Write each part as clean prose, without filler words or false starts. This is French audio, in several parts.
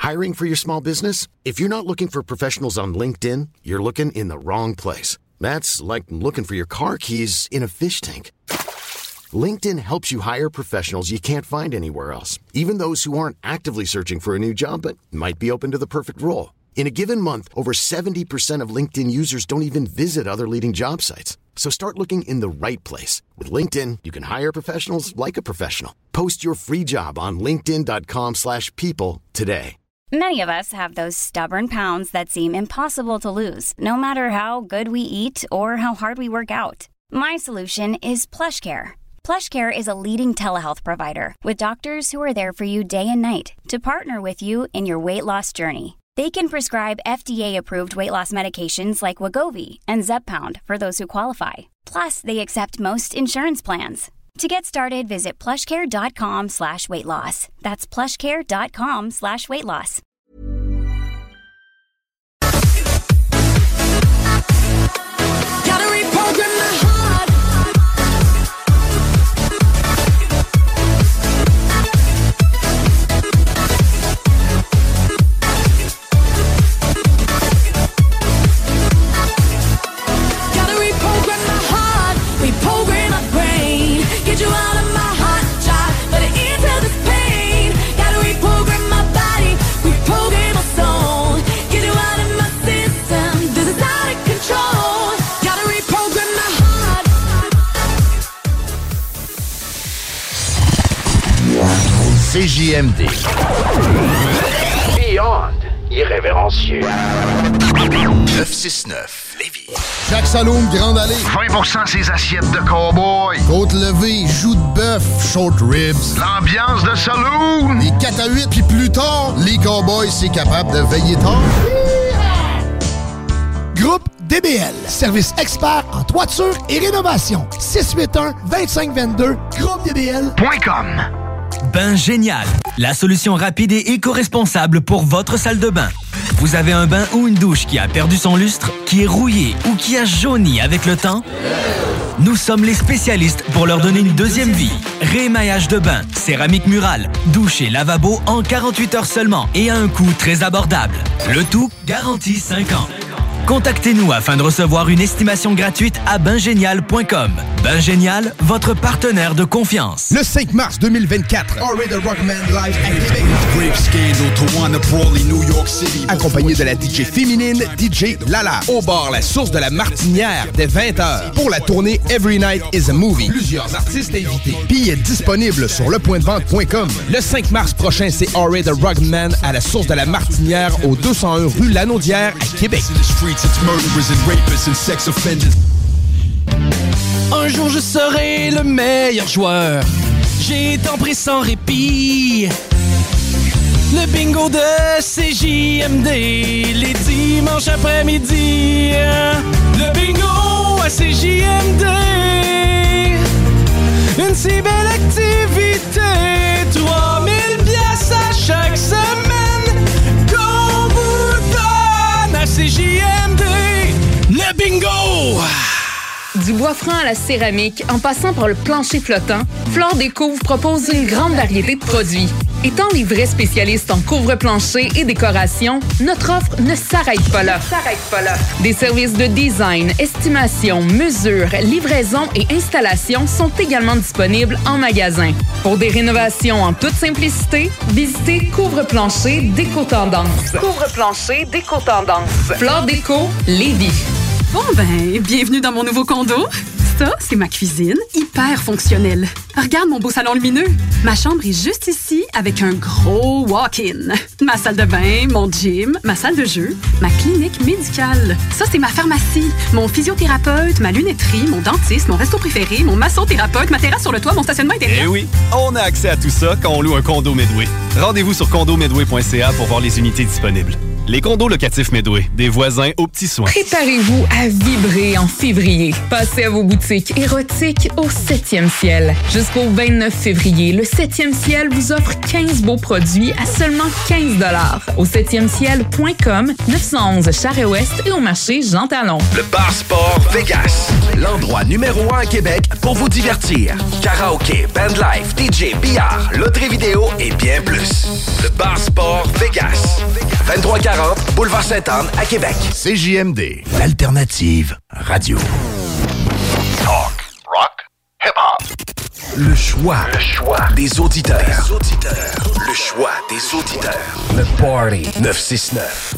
Hiring for your small business? If you're not looking for professionals on LinkedIn, you're looking in the wrong place. That's like looking for your car keys in a fish tank. LinkedIn helps you hire professionals you can't find anywhere else, even those who aren't actively searching for a new job but might be open to the perfect role. In a given month, over 70% of LinkedIn users don't even visit other leading job sites. So start looking in the right place. With LinkedIn, you can hire professionals like a professional. Post your free job on linkedin.com/people today. Many of us have those stubborn pounds that seem impossible to lose, no matter how good we eat or how hard we work out. My solution is PlushCare. PlushCare is a leading telehealth provider with doctors who are there for you day and night to partner with you in your weight loss journey. They can prescribe FDA-approved weight loss medications like Wegovy and Zepbound for those who qualify. Plus, they accept most insurance plans. To get started, visit plushcare.com/weightloss. That's plushcare.com/weightloss. Gotta reprogram my heart. Gotta reprogram my heart, reprogram my brain. Get you out of my hot shot, let it into this pain. Gotta reprogram my body, reprogram my soul. Get you out of my system, this is out of control. Gotta reprogram my heart. CJMD. Beyond irrévérencieux. 969 Lévis. Jacques Saloon, Grande Allée. 20% ses assiettes de cow-boy. Côte levée, joues de bœuf, short ribs. L'ambiance de saloon. Les 4 à 8, puis plus tard, les cowboys, c'est capable de veiller tard. Groupe DBL. Service expert en toiture et rénovation. 681-2522. GroupeDBL.com. Bain Génial, la solution rapide et éco-responsable pour votre salle de bain. Vous avez un bain ou une douche qui a perdu son lustre, qui est rouillé ou qui a jauni avec le temps? Nous sommes les spécialistes pour leur donner une deuxième vie. Réémaillage de bain, céramique murale, douche et lavabo en 48 heures seulement et à un coût très abordable. Le tout garanti 5 ans. Contactez-nous afin de recevoir une estimation gratuite à baingénial.com. Bain Génial, votre partenaire de confiance. Le 5 mars 2024, accompagné de la DJ féminine DJ Lala, au bar La Source de la Martinière dès 20h pour la tournée Every Night is a Movie. Plusieurs artistes invités. Billets disponibles sur lepointdevente.com. Le 5 mars prochain, c'est Ori the Ruggedman à La Source de la Martinière au 201 rue Lanaudière à Québec. Un jour je serai le meilleur joueur. J'ai tant pris sans répit. Le bingo de CJMD, les dimanches après-midi. Le bingo à CJMD, une si belle activité. 3000 pièces à chaque semaine qu'on vous donne à CJMD. Le bingo! Du bois franc à la céramique, en passant par le plancher flottant, Flore Déco vous propose une grande variété de produits. Étant les vrais spécialistes en couvre-plancher et décoration, notre offre ne s'arrête pas là. Des services de design, estimation, mesure, livraison et installation sont également disponibles en magasin. Pour des rénovations en toute simplicité, visitez Couvre-plancher Déco-Tendance. Couvre-plancher Déco-Tendance. Flore Déco, Lévis. Bon bienvenue dans mon nouveau condo. Ça, c'est ma cuisine, hyper fonctionnelle. Regarde mon beau salon lumineux. Ma chambre est juste ici avec un gros walk-in. Ma salle de bain, mon gym, ma salle de jeu, ma clinique médicale. Ça, c'est ma pharmacie, mon physiothérapeute, ma lunetterie, mon dentiste, mon resto préféré, mon massothérapeute, ma terrasse sur le toit, mon stationnement intérieur. Eh oui, on a accès à tout ça quand on loue un condo Medway. Rendez-vous sur condomedway.ca pour voir les unités disponibles. Les condos locatifs Medway, des voisins aux petits soins. Préparez-vous à vibrer en février. Passez à vos boutiques érotiques au 7e ciel. Jusqu'au 29 février, le 7e ciel vous offre 15 beaux produits à seulement 15 $. Au 7e-ciel.com, 911 Charest-Ouest et au marché Jean Talon. Le Bar Sport Vegas, l'endroit numéro 1 à Québec pour vous divertir. Karaoké, bandlife, DJ, billard, loterie vidéo et bien plus. Le Bar Sport Vegas, 2340 Boulevard Sainte-Anne à Québec. CJMD, l'alternative radio. Talk, rock, hip-hop. Le choix des auditeurs. Le choix des auditeurs. Le Party 969.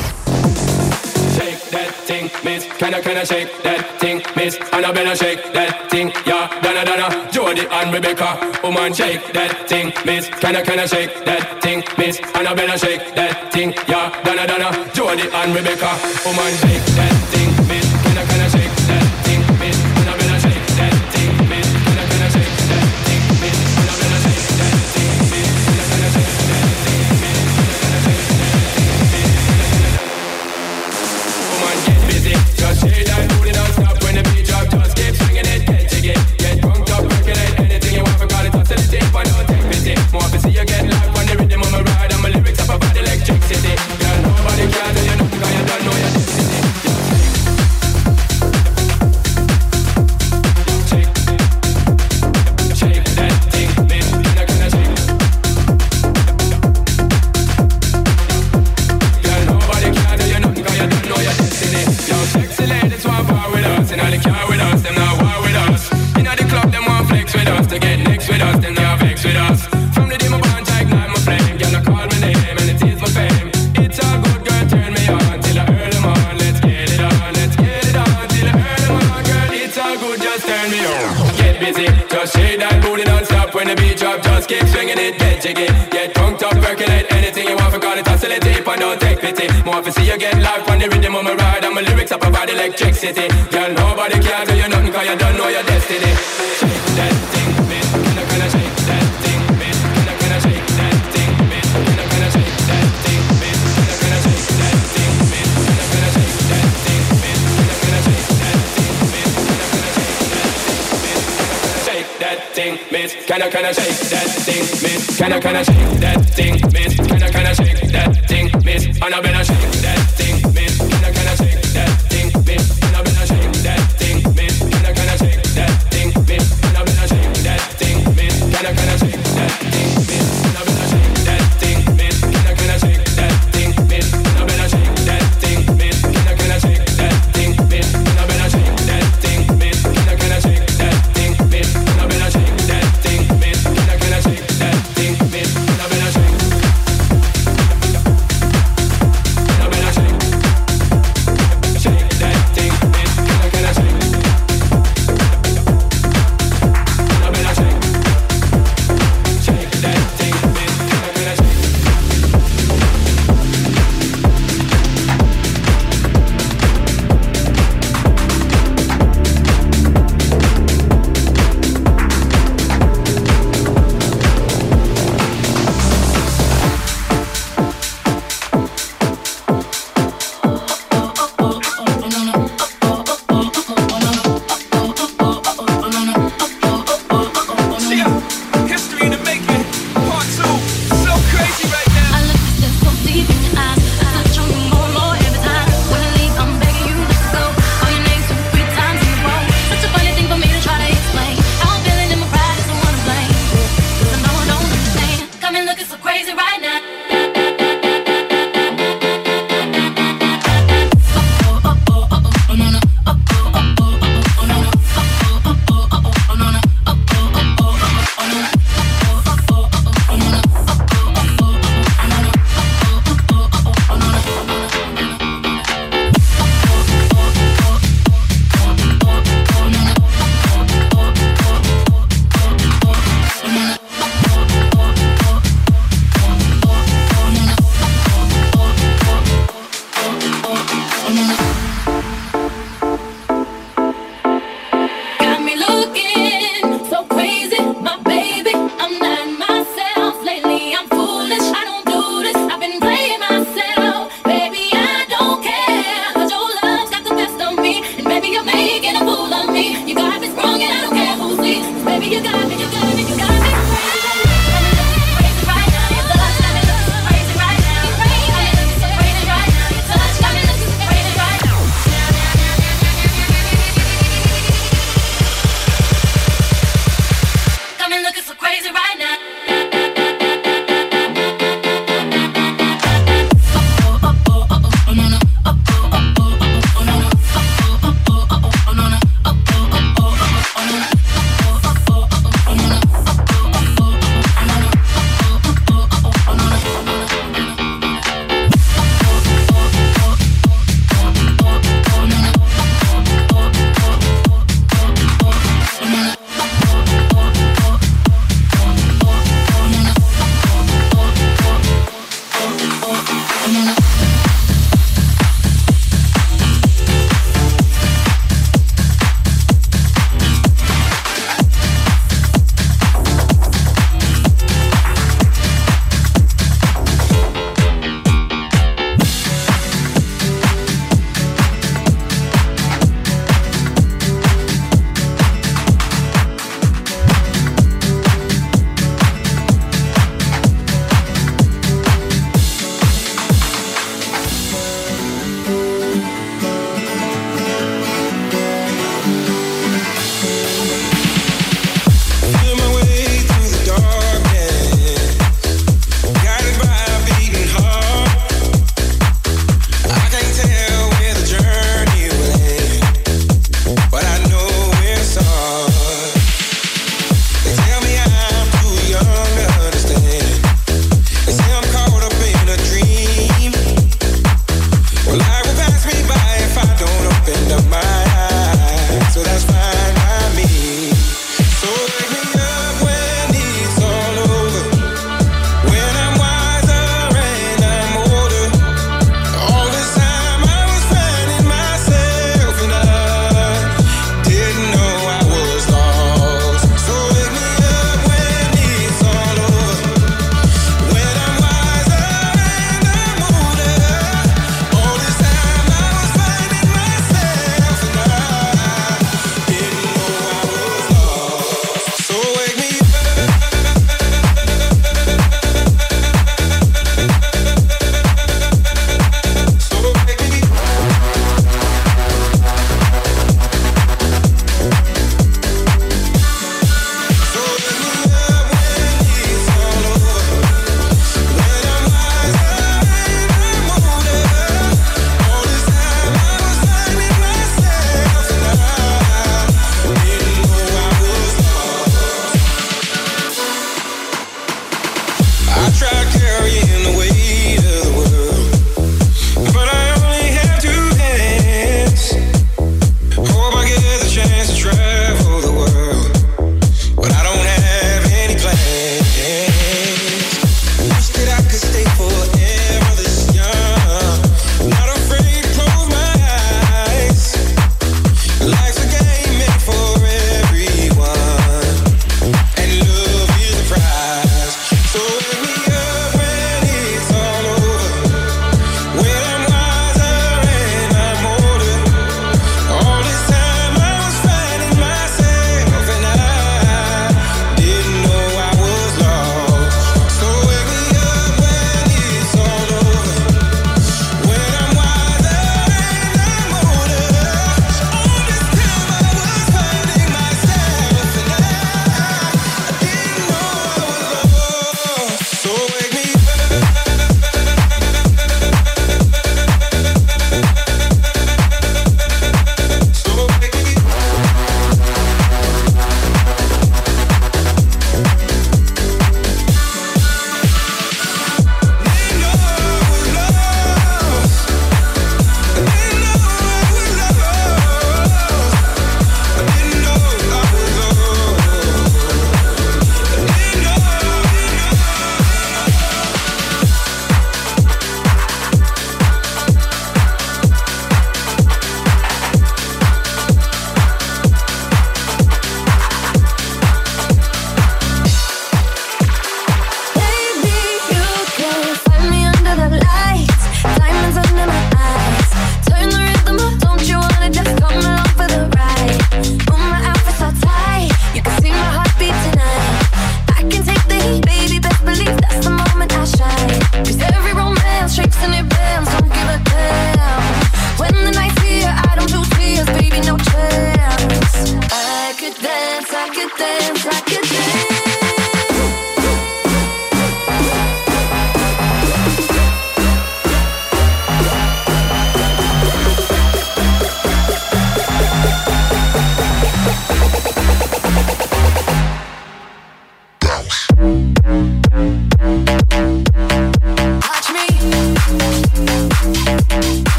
Shake that thing, miss. Can I shake that thing, miss? Annabella shake that thing, yeah. Donna, Jody and Rebecca. Woman shake that thing, miss. Can I shake that thing, miss? Annabella shake that thing, yeah. Donna, Jody and Rebecca. Woman shake that thing, miss. Can I shake that thing, miss? Annabella shake that thing, miss. Can I shake that thing, miss? Annabella shake that thing, miss. Can I shake that thing, miss? Woman get busy, just shake that booty, don't stop when the beat drop. Just keep swinging it, get jiggy, get drunk up, percolate anything you want. Forgot it, toss it, tape, but don't take pity. More to see you get live on the rhythm of my ride, and my lyrics up about electricity. Girl, nobody can do you nothing 'cause you don't know your destiny. Shake that thing, miss. Can I shake? Girl, nobody can do you nothing 'cause you don't know your destiny. Yo, sexy ladies want war with us, inna the car with us, them not war with us. Inna the club, them want flex with us, to get next with us, them not vex with us. From the day my bond, I ignite my flame. Girl, I call my name and it is my fame. It's all good, girl, turn me on till I earn them on. Let's get it on, let's get it on till I earn them on. Girl, it's all good, just turn me on. Get busy, just shake that booty non-stop when the beat drop. Just keep swinging it, get jiggy, get drunk up, percolate anything you want. Forgot it, oscillate, tape, and don't take pity. More to see you get live on the rhythm of my ride, and my lyrics up about electricity. Girl, nobody can do you nothing 'cause you don't know your destiny. Shake that thing, miss. Can I shake that thing, miss? Can I shake that thing, miss? Can I shake that thing, miss? Can I shake that thing, miss? Can I shake that thing, miss? Can I shake that thing, miss? Shake that thing, miss. Can I shake that thing, miss? Can I shake that thing, miss? Can I shake that thing, miss? Annabella shake that thing, miss. Can I shake that thing, miss? Annabella shake that thing, miss. Can I shake that thing, miss? Annabella shake that thing, miss. Can I shake that thing, miss? Annabella shake that thing, miss. Can I shake that thing, miss? Annabella shake that thing, miss. Can I shake that thing, miss? Annabella shake that thing, miss. Can I shake that thing, miss? Annabella shake that thing, miss. Can I shake that thing, miss? Annabella shake.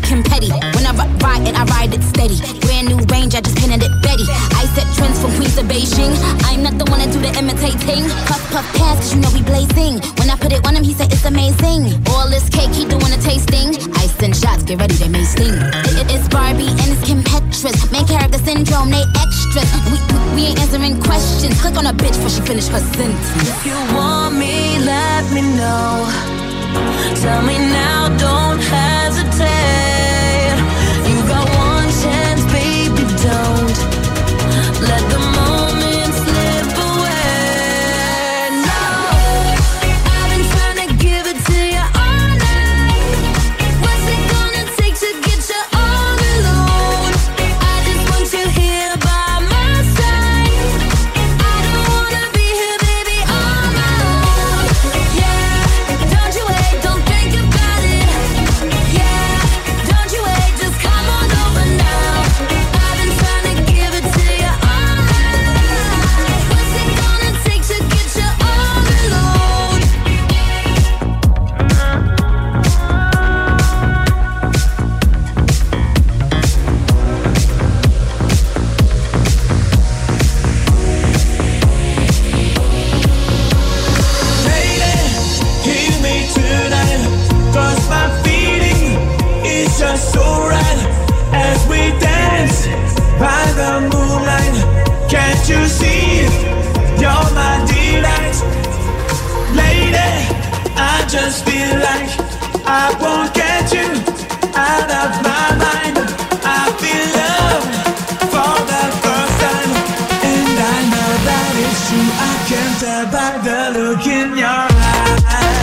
Kim Petty. When I ride it, I ride it steady. Brand new range, I just painted it Betty. I set trends from Queens to Beijing. I'm not the one to do the imitating. Puff, puff, pass, cause you know we blazing. When I put it on him, he said it's amazing. All this cake, he doing a tasting. Ice and shots, get ready, they may sting. It's Barbie and it's Kim Petras. Main character syndrome, they extras. We ain't answering questions. Click on a bitch before she finish her sentence. If you want me, let me know. Tell me now, don't hesitate. You got one chance, baby, don't let the moment slip away. No, I've been trying to give it to you all night. What's it gonna take to get you all alone? I just want you here by my side. I don't wanna be here, baby, on my own. Yeah, don't you wait, don't think about it. Yeah, don't you wait, just come on over now. I've been trying to give it to you all night. What's it gonna take to get you all alone? Lady, hear me tonight, 'cause my feeling is just so right. As we dance by the moonlight, can't you see you're my delight? Lady, I just feel like I won't get you out of my mind. I feel love for the first time, and I know that it's true. I can tell by the look in your eyes.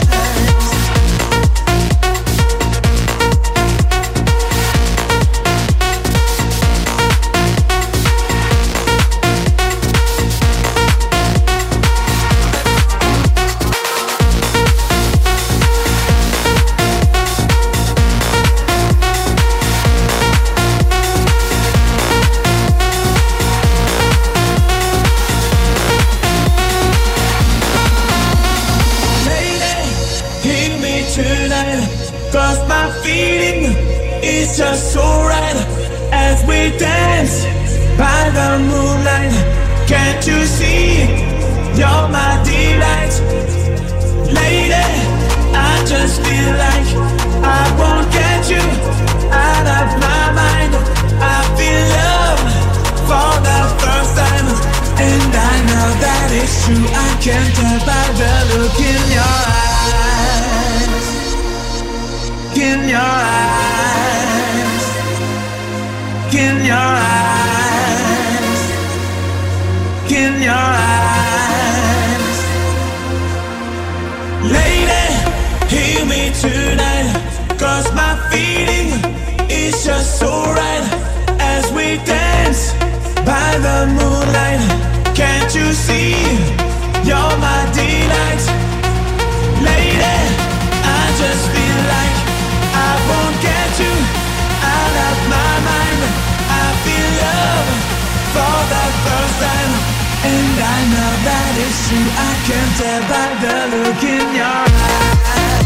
Lady, hear me tonight, 'cause my feeling is just so right. As we dance by the moonlight, can't you see you're my delight? Lady, I just feel like I won't get you out of my mind. I feel love for the first time, and I know that it's true. I can tell by the look in your eyes. In your eyes. In your eyes. In your eyes. Lady, hear me tonight, 'cause my feeling is just so right. As we dance by the moonlight, can't you see you're my delight? Lady, I just feel like I won't get you out of my mind. I feel love for the first time, and I know that it's true. I can tell by the look in your eyes.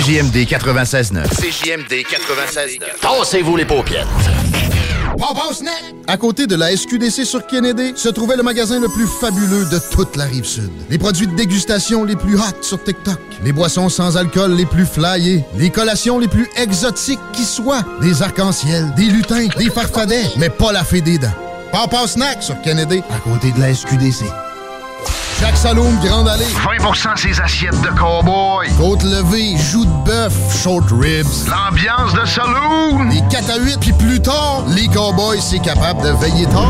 CJMD 96.9. CJMD 96.9. Tassez-vous les paupières. À côté de la SQDC sur Kennedy, se trouvait le magasin le plus fabuleux de toute la Rive-Sud. Les produits de dégustation les plus hot sur TikTok. Les boissons sans alcool les plus flyées. Les collations les plus exotiques qui soient. Des arcs-en-ciel, des lutins, des farfadets, mais pas la fée des dents. Papa Snack sur Kennedy, à côté de la SQDC. Chaque Saloon Grande Allée. 20% ses assiettes de cow-boy. Côte levée, joues de bœuf, short ribs. L'ambiance de saloon. Les 4 à 8, puis plus tard, les cowboys, c'est capable de veiller tard.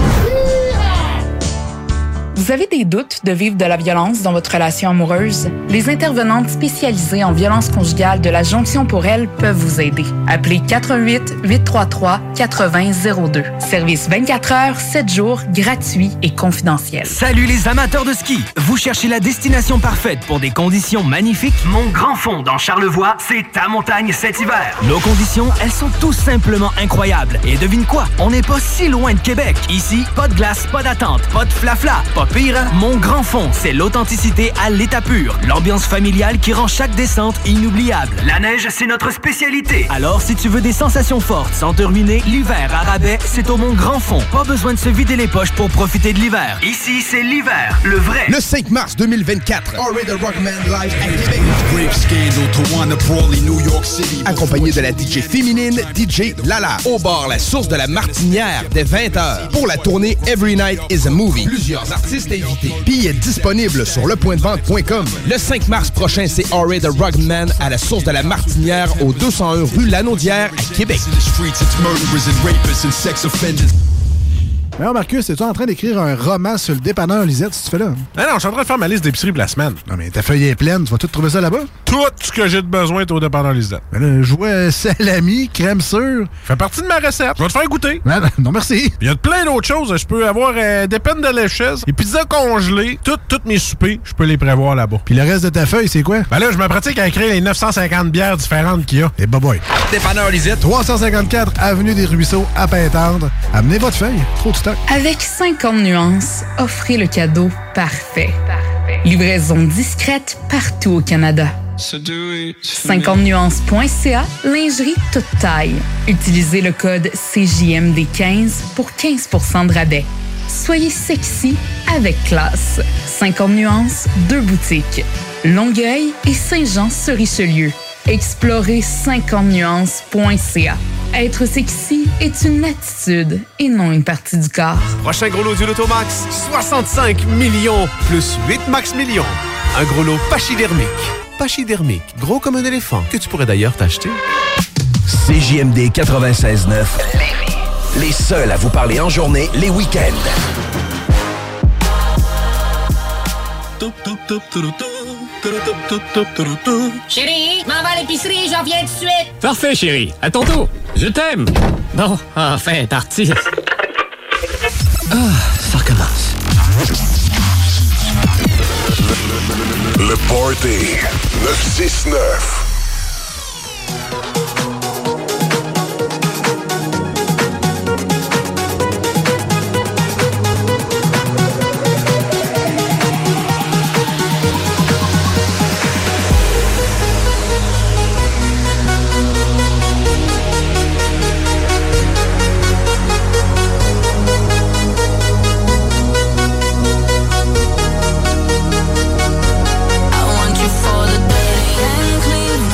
Vous avez des doutes de vivre de la violence dans votre relation amoureuse? Les intervenantes spécialisées en violence conjugale de la Jonction pour elle peuvent vous aider. Appelez 418-833-8002. Service 24 heures, 7 jours, gratuit et confidentiel. Salut les amateurs de ski! Vous cherchez la destination parfaite pour des conditions magnifiques? Mon Grand Fond dans Charlevoix, c'est ta montagne cet hiver. Nos conditions, elles sont tout simplement incroyables. Et devine quoi? On n'est pas si loin de Québec. Ici, pas de glace, pas d'attente, pas de flafla, pas pire, Mon Grand Fond, c'est l'authenticité à l'état pur. L'ambiance familiale qui rend chaque descente inoubliable. La neige, c'est notre spécialité. Alors, si tu veux des sensations fortes sans te ruiner, l'hiver à rabais, c'est au Mon Grand Fond. Pas besoin de se vider les poches pour profiter de l'hiver. Ici, c'est l'hiver, le vrai. Le 5 mars 2024, Ari the Rockman live à Québec. Accompagné de la DJ féminine, DJ Lala. Au bar La Source de la Martinière, dès 20h. Pour la tournée Every Night is a Movie. Plusieurs artistes invités. Billets disponibles sur lepointdevente.com. Le 5 mars prochain, c'est Ari the Rockman à La Source de la Martinière, au 201 rue Lanaudière à Québec. Alors Marcus, es-tu en train d'écrire un roman sur le dépanneur Lisette, si tu fais là? Non, je suis en train de faire ma liste d'épicerie pour la semaine. Non, mais ta feuille est pleine, tu vas tout trouver ça là-bas? Tout ce que j'ai de besoin est au dépanneur Lisette. Mais là, je vois salami, crème sûre. Fait partie de ma recette. Je vais te faire goûter. Non, merci. Il y a plein d'autres choses. Je peux avoir des pennes de lécheuse, des pizzas congelées, toutes mes soupers, je peux les prévoir là-bas. Puis le reste de ta feuille, c'est quoi? Ben là, je me pratique à écrire les 950 bières différentes qu'il y a. Et boy. Dépanneur Lisette. 354 Avenue des Ruisseaux, à Pintendre. Amenez votre feuille. Trop de stock. Avec 50 nuances, offrez le cadeau parfait. Livraison discrète partout au Canada. 50nuances.ca, lingerie toute taille. Utilisez le code CJMD15 pour 15% de rabais. Soyez sexy avec classe. 50 nuances, 2 boutiques. Longueuil et Saint-Jean-sur-Richelieu. Explorez 50nuances.ca. Être sexy est une attitude et non une partie du corps. Prochain gros lot du Lotomax, 65 millions plus 8 max millions. Un gros lot pachydermique. Pachydermique, gros comme un éléphant, que tu pourrais d'ailleurs t'acheter. CJMD 96.9. Les seuls à vous parler en journée, les week-ends. Chérie, m'en va à l'épicerie, j'en viens tout de suite. Parfait, chérie. À ton tour. Je t'aime. Bon, enfin, parti. Ça recommence. Le Party 969. I want you for the dirty and clean.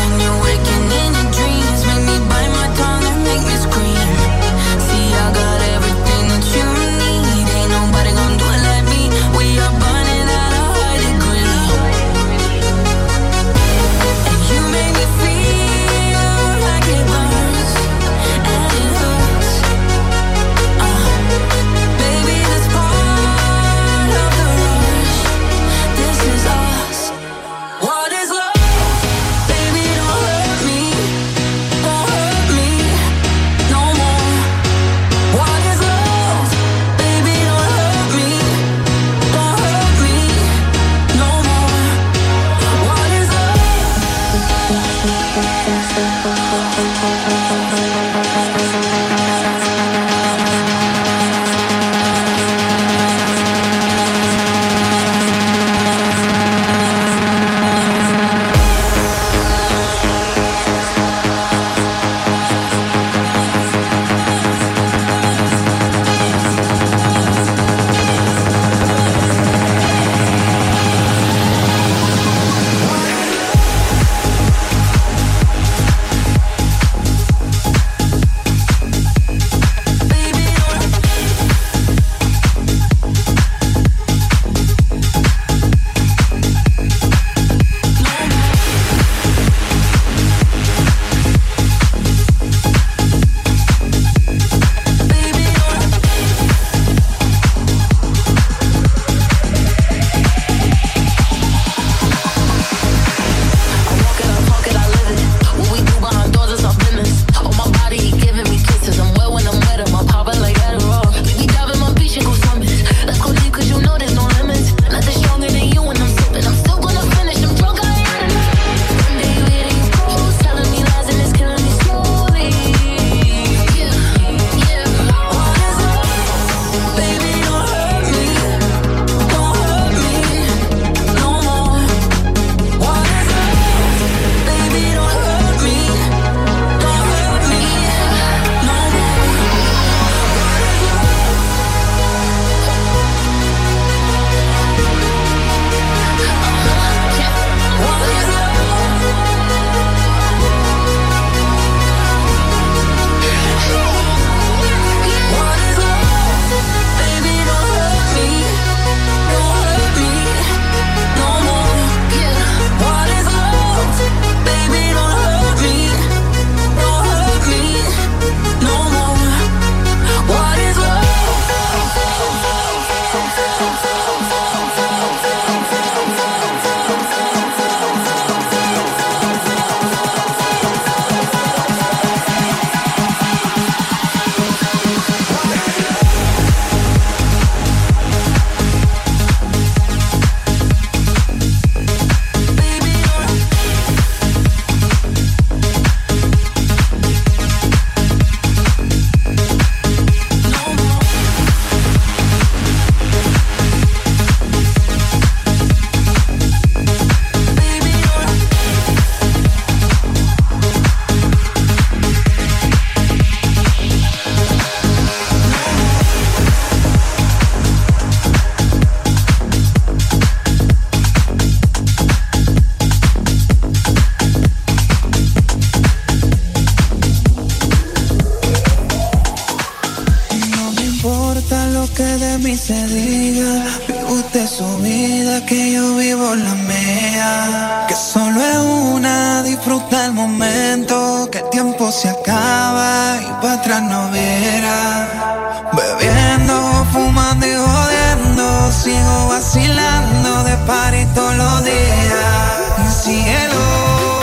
vida que yo vivo la mía, que solo es una, disfruta el momento, que el tiempo se acaba y para atrás no verá. Bebiendo, fumando y jodiendo, sigo vacilando de party todos los días. Cielo.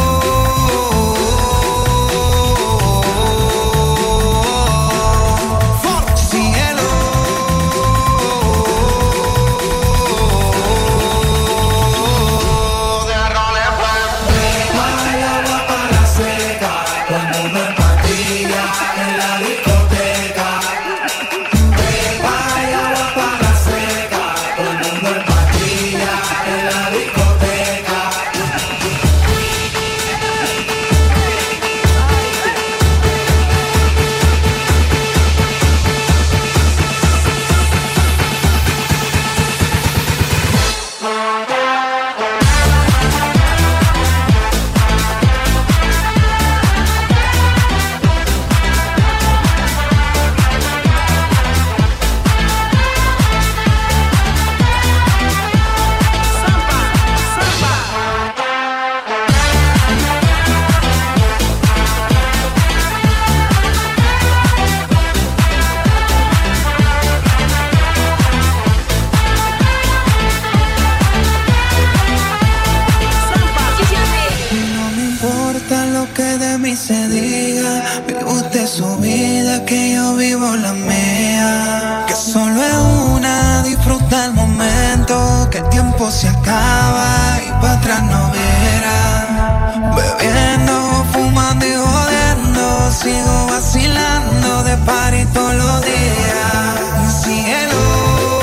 Se diga, vive usted su vida, que yo vivo la mía, que solo es una, disfruta el momento, que el tiempo se acaba y para atrás no verá. Bebiendo, fumando y jodiendo, sigo vacilando de party todos los días. Cielo.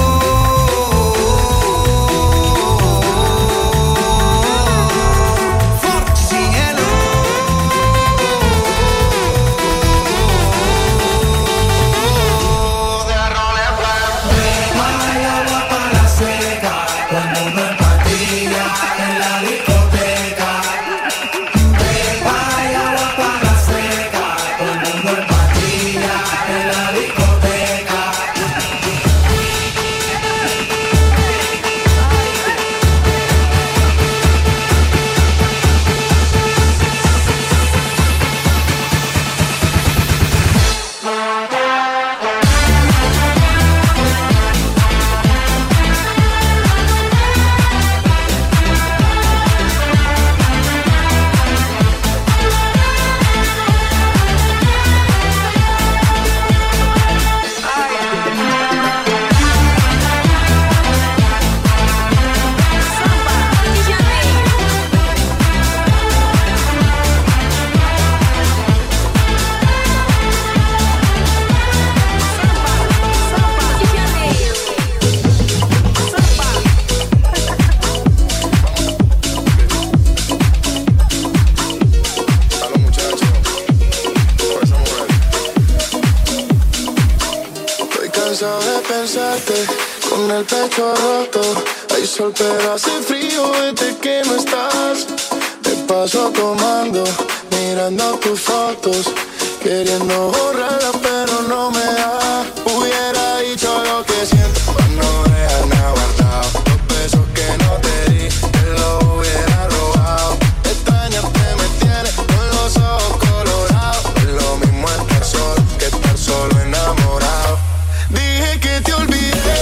Con el pecho roto, hay sol pero hace frío desde que no estás. Me paso tomando, mirando tus fotos, queriendo borrarlas pero no me da. Hubiera dicho lo que siento, pero no dejas nada guardado. Los besos que no te di, te los hubiera robado. Extrañarte me tiene con los ojos colorados. Es lo mismo estar solo que estar solo enamorado. Dije que te olvidé,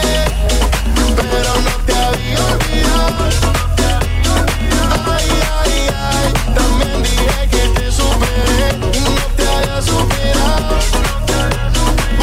pero no te había olvidado. Ay, ay, ay, también dije que te superé y no te había superado.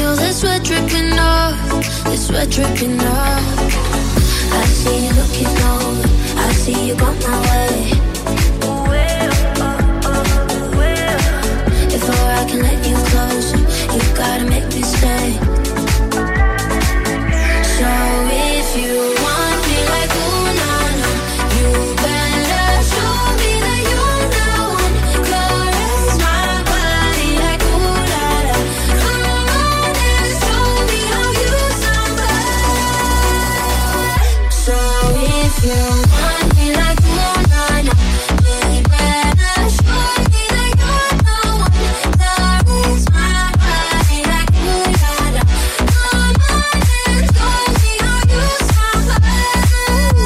feel the sweat dripping off, the sweat dripping off. I see you looking over, I see you got my way. Before I can let you closer, you gotta make me stay. So if you want me like ooh na na, you better show me that you're the one. Caress my body like ooh la la. Come on and show me how you somebody. So if you want me like ooh na na, you better show me that you're the one. Caress my body like ooh la la. Come on and show me how you somebody.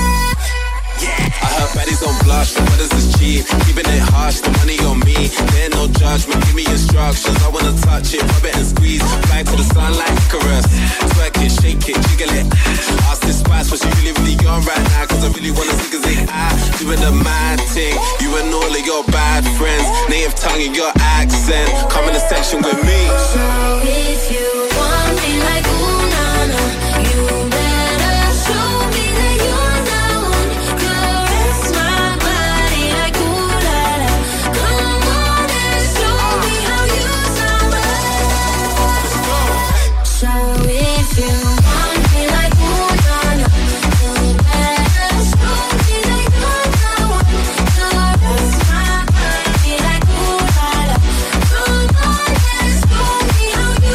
I heard baddies don't blush, but what is this cheap? Keeping it harsh, the money on me. There ain't no judgment, give me instructions. I wanna touch it, rub it and squeeze. Fly to the sun like Icarus. Twerk it, shake it, jiggle it. Ask this spice what she really on right now. Cause I really wanna see cause I doing the mad thing. You and all of your bad friends. Native tongue and your accent. Come in the section with me. So if you want me like ooh na na, you better show me that you're the one. Caress my body like ooh la la. Come on and show me how you somebody. So if you want me like ooh na na, you better show me that you're the one. Caress my body like ooh la la. Come on and show me how you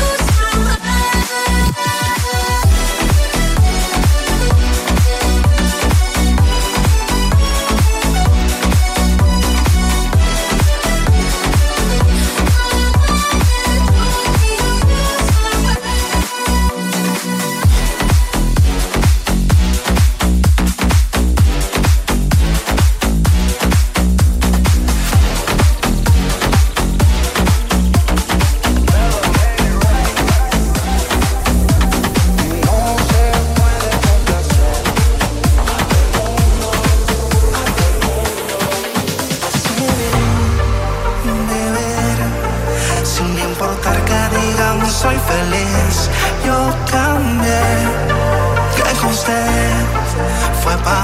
Sin importar que digamos soy feliz, yo cambié. Que con usted fue pa'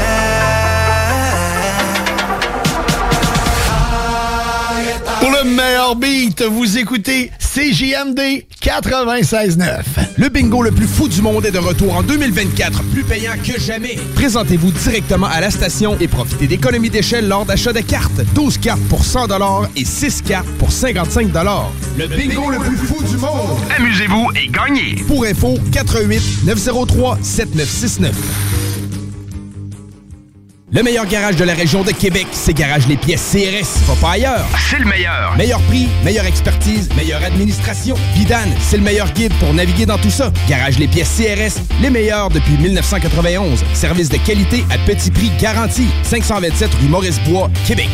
bien. Pour le meilleur beat, vous écoutez CJMD 96.9. Le bingo le plus fou du monde est de retour en 2024, plus payant que jamais. Présentez-vous directement à la station et profitez d'économies d'échelle lors d'achat de cartes. 12 cartes pour 100$ et 6 cartes pour 55$. Le bingo le plus fou du monde. Amusez-vous et gagnez. Pour info, 88-903-7969. Le meilleur garage de la région de Québec, c'est Garage Les Pièces CRS. Va pas ailleurs. C'est le meilleur. Meilleur prix, meilleure expertise, meilleure administration. Vidane, c'est le meilleur guide pour naviguer dans tout ça. Garage Les Pièces CRS, les meilleurs depuis 1991. Service de qualité à petit prix garanti. 527 rue Maurice-Bois, Québec.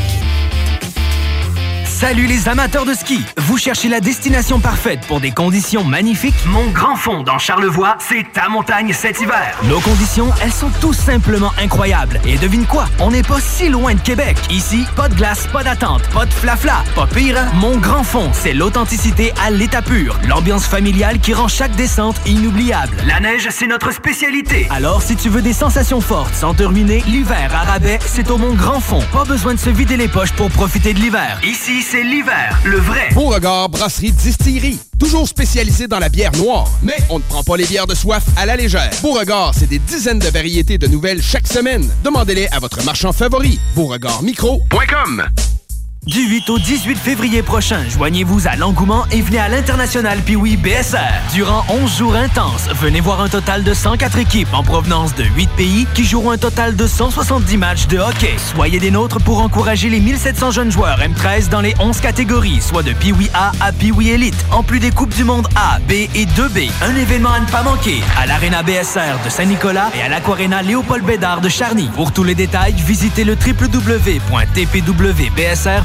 Salut les amateurs de ski! Vous cherchez la destination parfaite pour des conditions magnifiques? Mon Grand Fond dans Charlevoix, c'est ta montagne cet hiver. Nos conditions, elles sont tout simplement incroyables. Et devine quoi? On n'est pas si loin de Québec. Ici, pas de glace, pas d'attente, pas de flafla. Pas pire, Mon Grand Fond, c'est l'authenticité à l'état pur. L'ambiance familiale qui rend chaque descente inoubliable. La neige, c'est notre spécialité. Alors, si tu veux des sensations fortes sans te ruiner, l'hiver à rabais, c'est au Mon Grand Fond. Pas besoin de se vider les poches pour profiter de l'hiver. Ici, c'est l'hiver, le vrai. Beauregard Brasserie Distillerie. Toujours spécialisé dans la bière noire. Mais on ne prend pas les bières de soif à la légère. Beauregard, c'est des dizaines de variétés de nouvelles chaque semaine. Demandez-les à votre marchand favori. BeauregardMicro.com. Du 8 au 18 février prochain, joignez-vous à l'engouement et venez à l'International Pee-Wee BSR. Durant 11 jours intenses, venez voir un total de 104 équipes en provenance de 8 pays qui joueront un total de 170 matchs de hockey. Soyez des nôtres pour encourager les 1700 jeunes joueurs M13 dans les 11 catégories, soit de Pee-Wee A à Pee-Wee Elite, en plus des Coupes du Monde A, B et 2B. Un événement à ne pas manquer à l'Arena BSR de Saint-Nicolas et à l'Aquarena Léopold Bédard de Charny. Pour tous les détails, visitez le www.tpwbsr.com.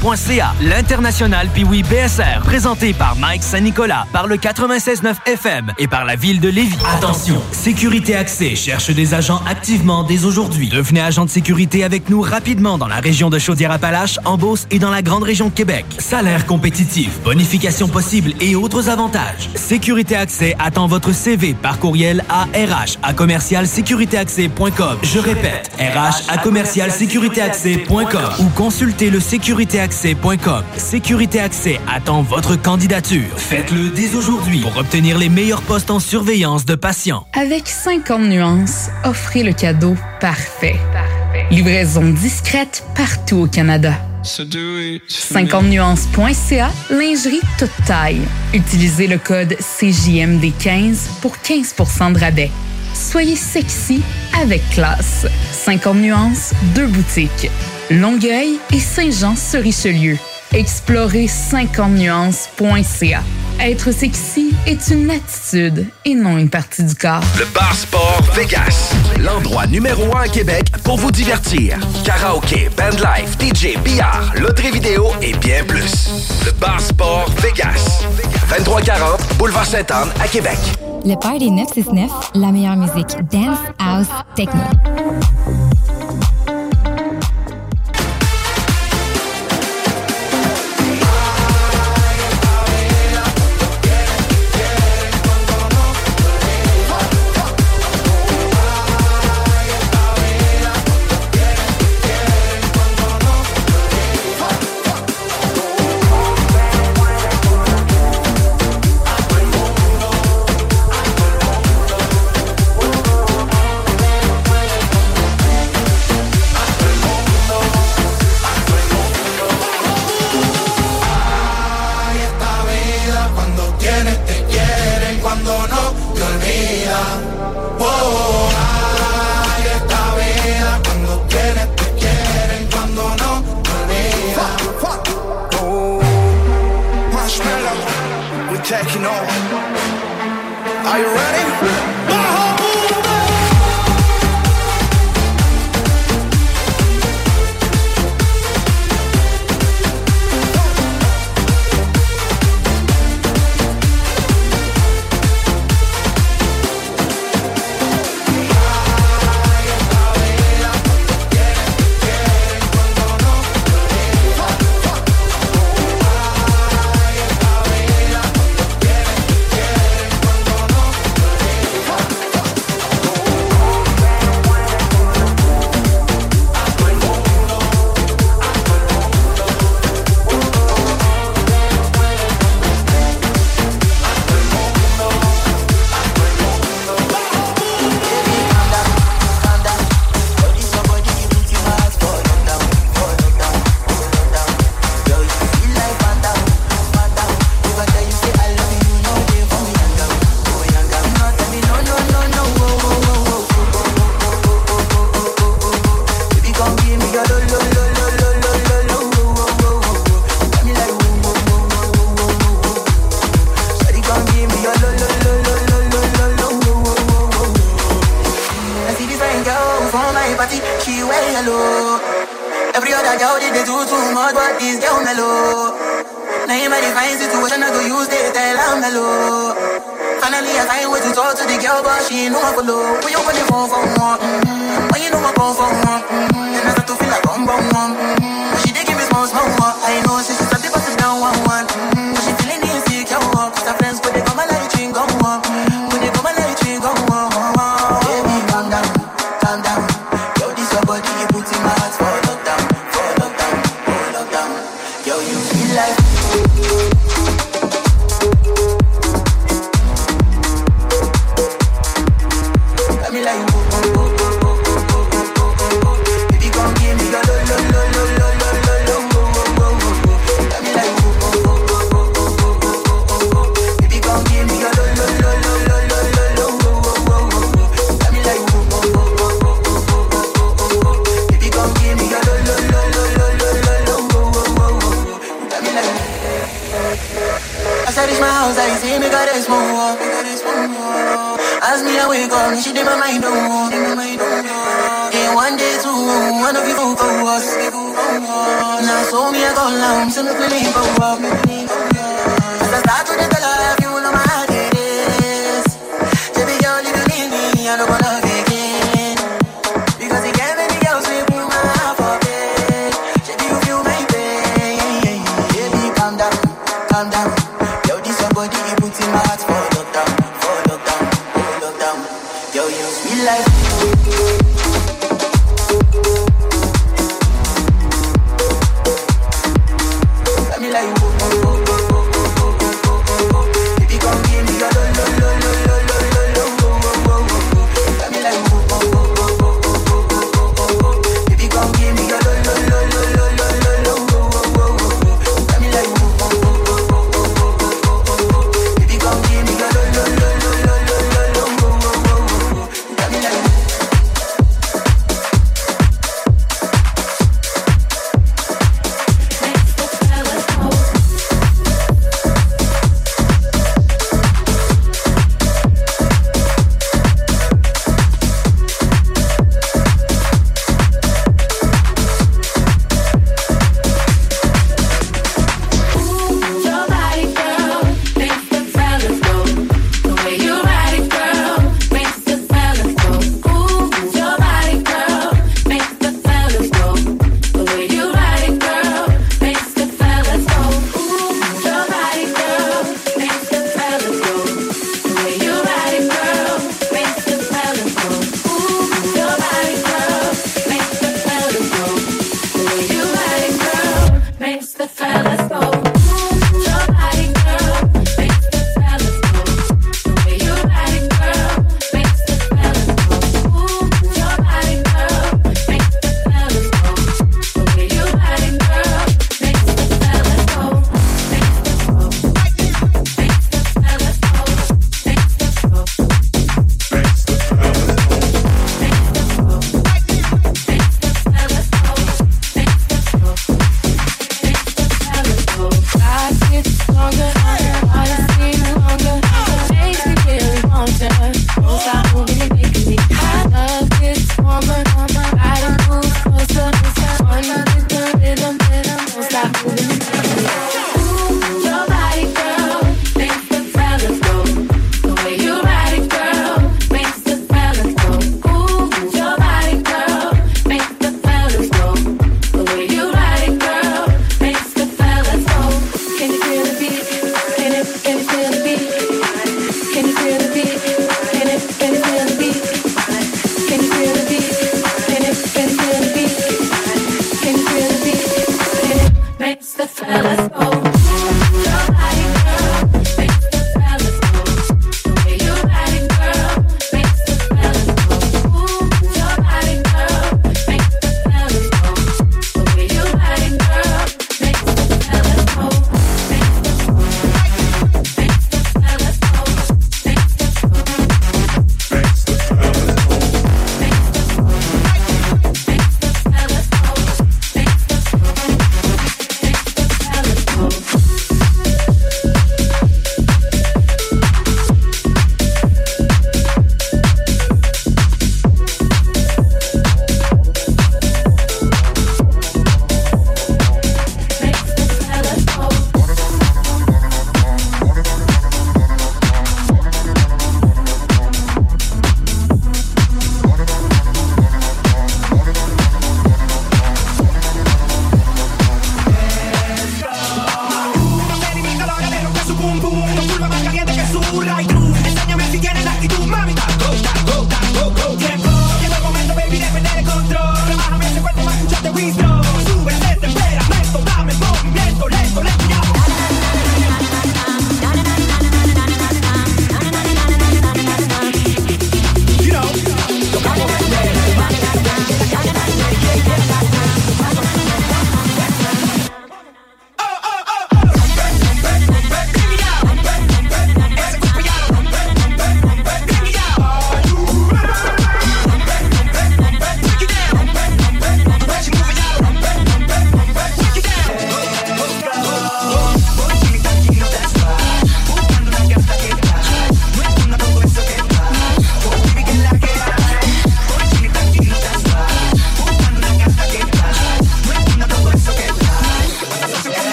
securitéaccès.ca. L'International Piwi BSR, présenté par Mike Saint-Nicolas, par le 96.9 FM et par la ville de Lévis. Attention, Sécurité Accès cherche des agents activement dès aujourd'hui. Devenez agent de sécurité avec nous rapidement dans la région de Chaudière-Appalaches, en Beauce et dans la grande région de Québec. Salaire compétitif, bonification possible et autres avantages. Sécurité Accès attend votre CV par courriel à rh@commercialsécuritéaccès.com. Je répète, rh@commercialsécuritéaccès.com ou consultez le sécuritéaccès.com. Sécurité Accès attend votre candidature. Faites-le dès aujourd'hui pour obtenir les meilleurs postes en surveillance de patients. Avec 50 nuances, offrez le cadeau parfait. Livraison discrète partout au Canada. 50nuances.ca, lingerie toute taille. Utilisez le code CJMD15 pour 15% de rabais. Soyez sexy avec classe. 50 nuances, 2 boutiques. Longueuil et Saint-Jean-sur-Richelieu. Explorez 50nuances.ca. Être sexy est une attitude et non une partie du corps. Le Bar Sport Vegas, l'endroit numéro 1 à Québec pour vous divertir. Karaoké, bandlife, DJ, billard, loterie vidéo et bien plus. Le Bar Sport Vegas, 2340 Boulevard Sainte-Anne à Québec. Le Party 969, la meilleure musique dance, house, techno. Taking over. Are you ready? alone, so look me for walk me. As I start to develop, you know my heart it is. Baby girl, if you leave me, I don't wanna love again. Because you gave me else, we put my heart for bed. Baby, you feel my pain. Baby, calm down, calm down. Yo, this your body, you put in my heart for lockdown, for lockdown, for lockdown. Yo, you sweet life.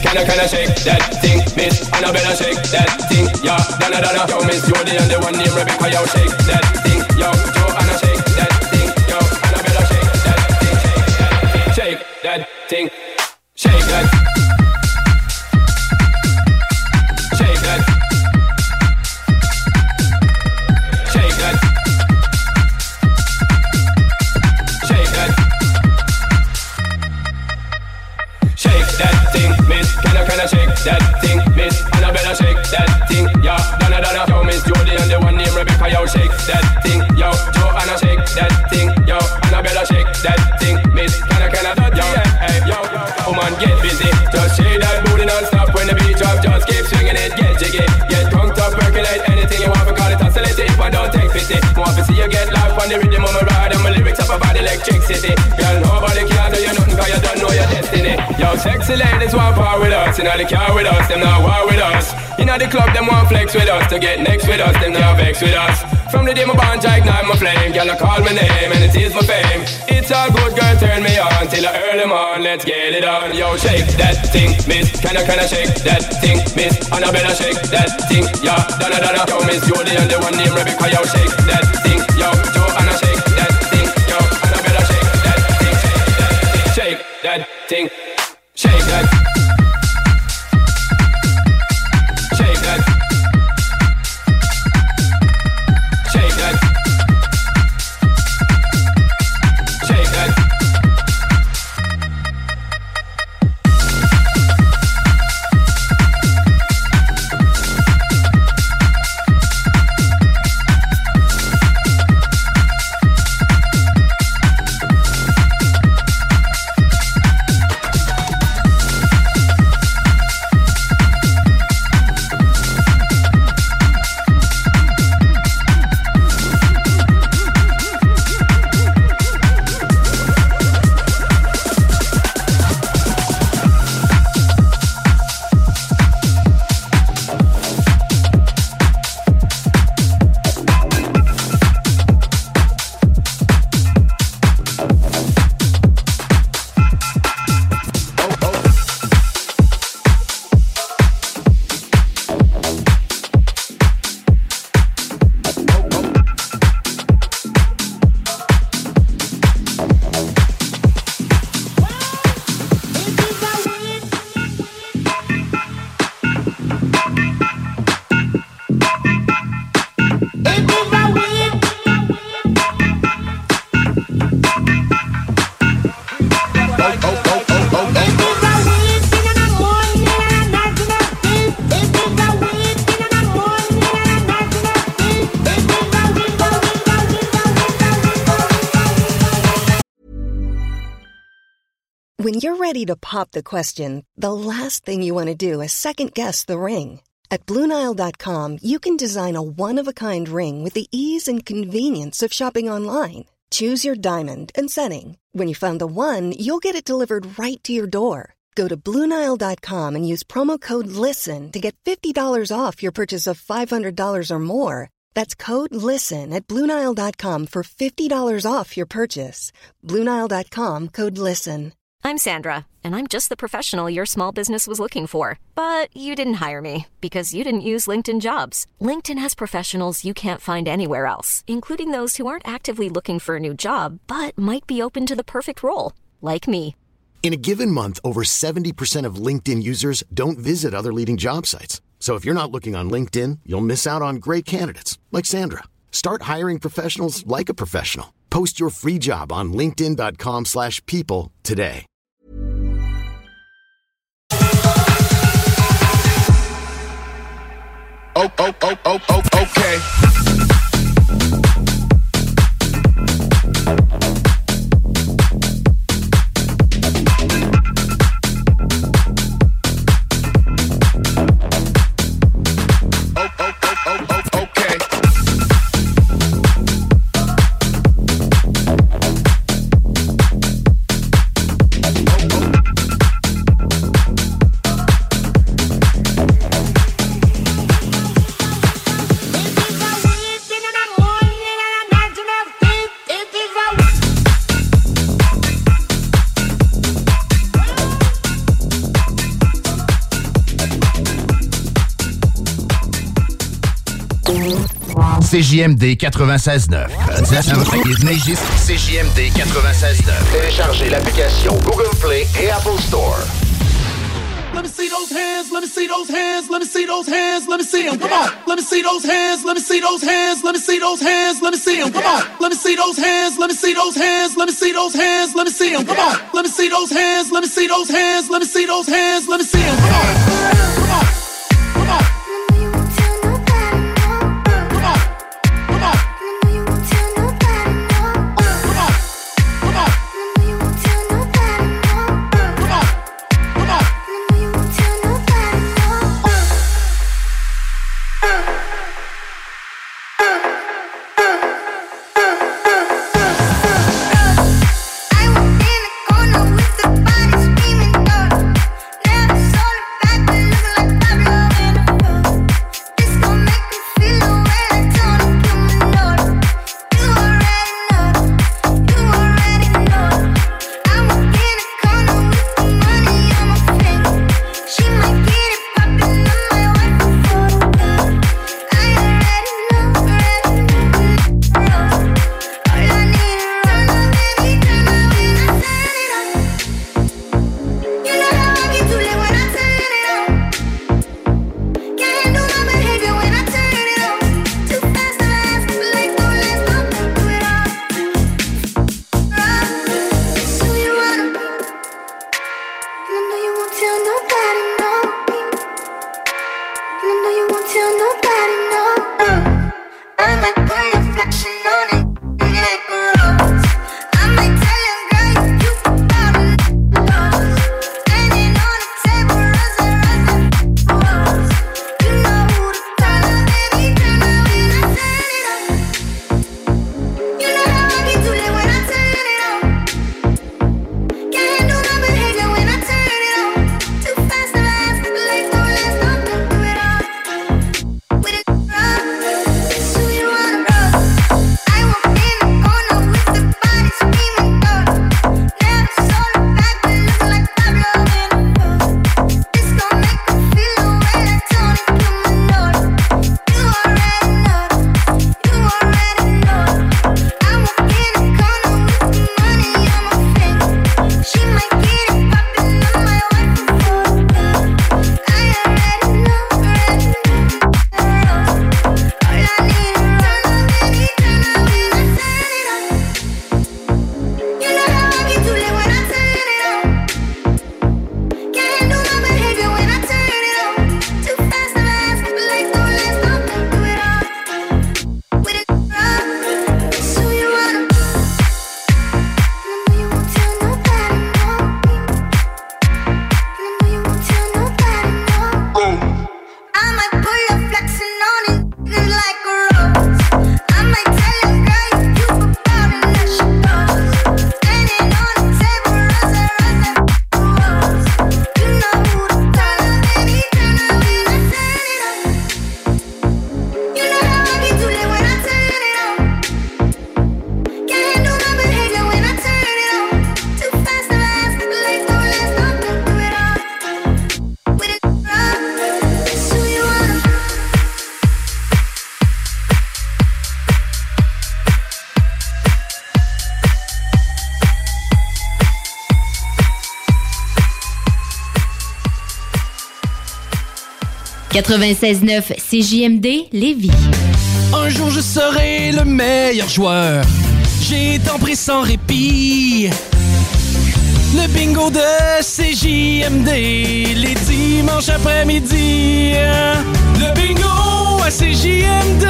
can I shake that thing? Miss Annabella, shake that thing. Yo, Donna, yo, Miss Jody and the one named Rebecca, yo, shake that thing. Yo, Joanna, shake that thing. Yo, Annabella, shake that thing. Shake that thing. Shake that. Shake that. Shake that. Shake that. Shake that thing, Miss. Can I shake that thing, Miss? Annabella, shake that thing. Yo, Donna, yo, Miss Jody and the one named Rebecca, yo, shake that thing. Yo, Joanna, shake that thing. Yo, Annabella, shake that thing, Miss. Can I, yo, hey, yo, woman, get busy. Just shake that booty non-stop when the beat drop. Just keep swinging it, get jiggy. Get drunk, up, percolate anything you want to call it oscillate. If I don't take pity, want to see you get life on the rhythm of my ride. And my lyrics up about electricity. Girl, nobody can do you nothing cause you don't know your destiny. Yo, sexy ladies want power with us. You know the car with us, them not war with us. You know the club, them want flex with us. To get next with us, them not vex with us. From the day my bond, I ignite my flame. Girl, I call my name and it is my fame. It's all good, girl, turn me on till I earn them on. Let's get it on. Yo, shake that thing, Miss. Can I shake that thing, Miss? Annabella, shake that thing. Yo, Donna, yo, Miss Jody and the one named Rebecca, yo, shake that thing. Yo, Joanna, shake that thing. Yo, Annabella, shake that thing. Shake that thing. Shake that. Shake that. Shake that. Shake that. When you're ready to pop the question, the last thing you want to do is second-guess the ring. At BlueNile.com, you can design a one-of-a-kind ring with the ease and convenience of shopping online. Choose your diamond and setting. When you find the one, you'll get it delivered right to your door. Go to BlueNile.com and use promo code LISTEN to get $50 off your purchase of $500 or more. That's code LISTEN at BlueNile.com for $50 off your purchase. BlueNile.com, code LISTEN. I'm Sandra, and I'm just the professional your small business was looking for. But you didn't hire me because you didn't use LinkedIn Jobs. LinkedIn has professionals you can't find anywhere else, including those who aren't actively looking for a new job, but might be open to the perfect role, like me. In a given month, over 70% of LinkedIn users don't visit other leading job sites. So if you're not looking on LinkedIn, you'll miss out on great candidates like Sandra. Start hiring professionals like a professional. Post your free job on linkedin.com/people today. Okay. CJMD 96.9. CJMD 96.9. Téléchargez l'application Google Play et Apple Store. Let me see those hands, let me see those hands, let me see those hands, let me see them, come on. Let me see those hands, let me see those hands, let me see those hands, let me see them, come on. Let me see those hands, let me see those hands, let me see those hands, let me see them, come on. Let me see those hands, let me see those hands, let me see those hands, let me see them, come on. Come on, come on. « 96.9 CJMD Lévis. Un jour je serai le meilleur joueur. J'ai tant pris sans répit. Le bingo de CJMD, les dimanches après-midi. Le bingo à CJMD,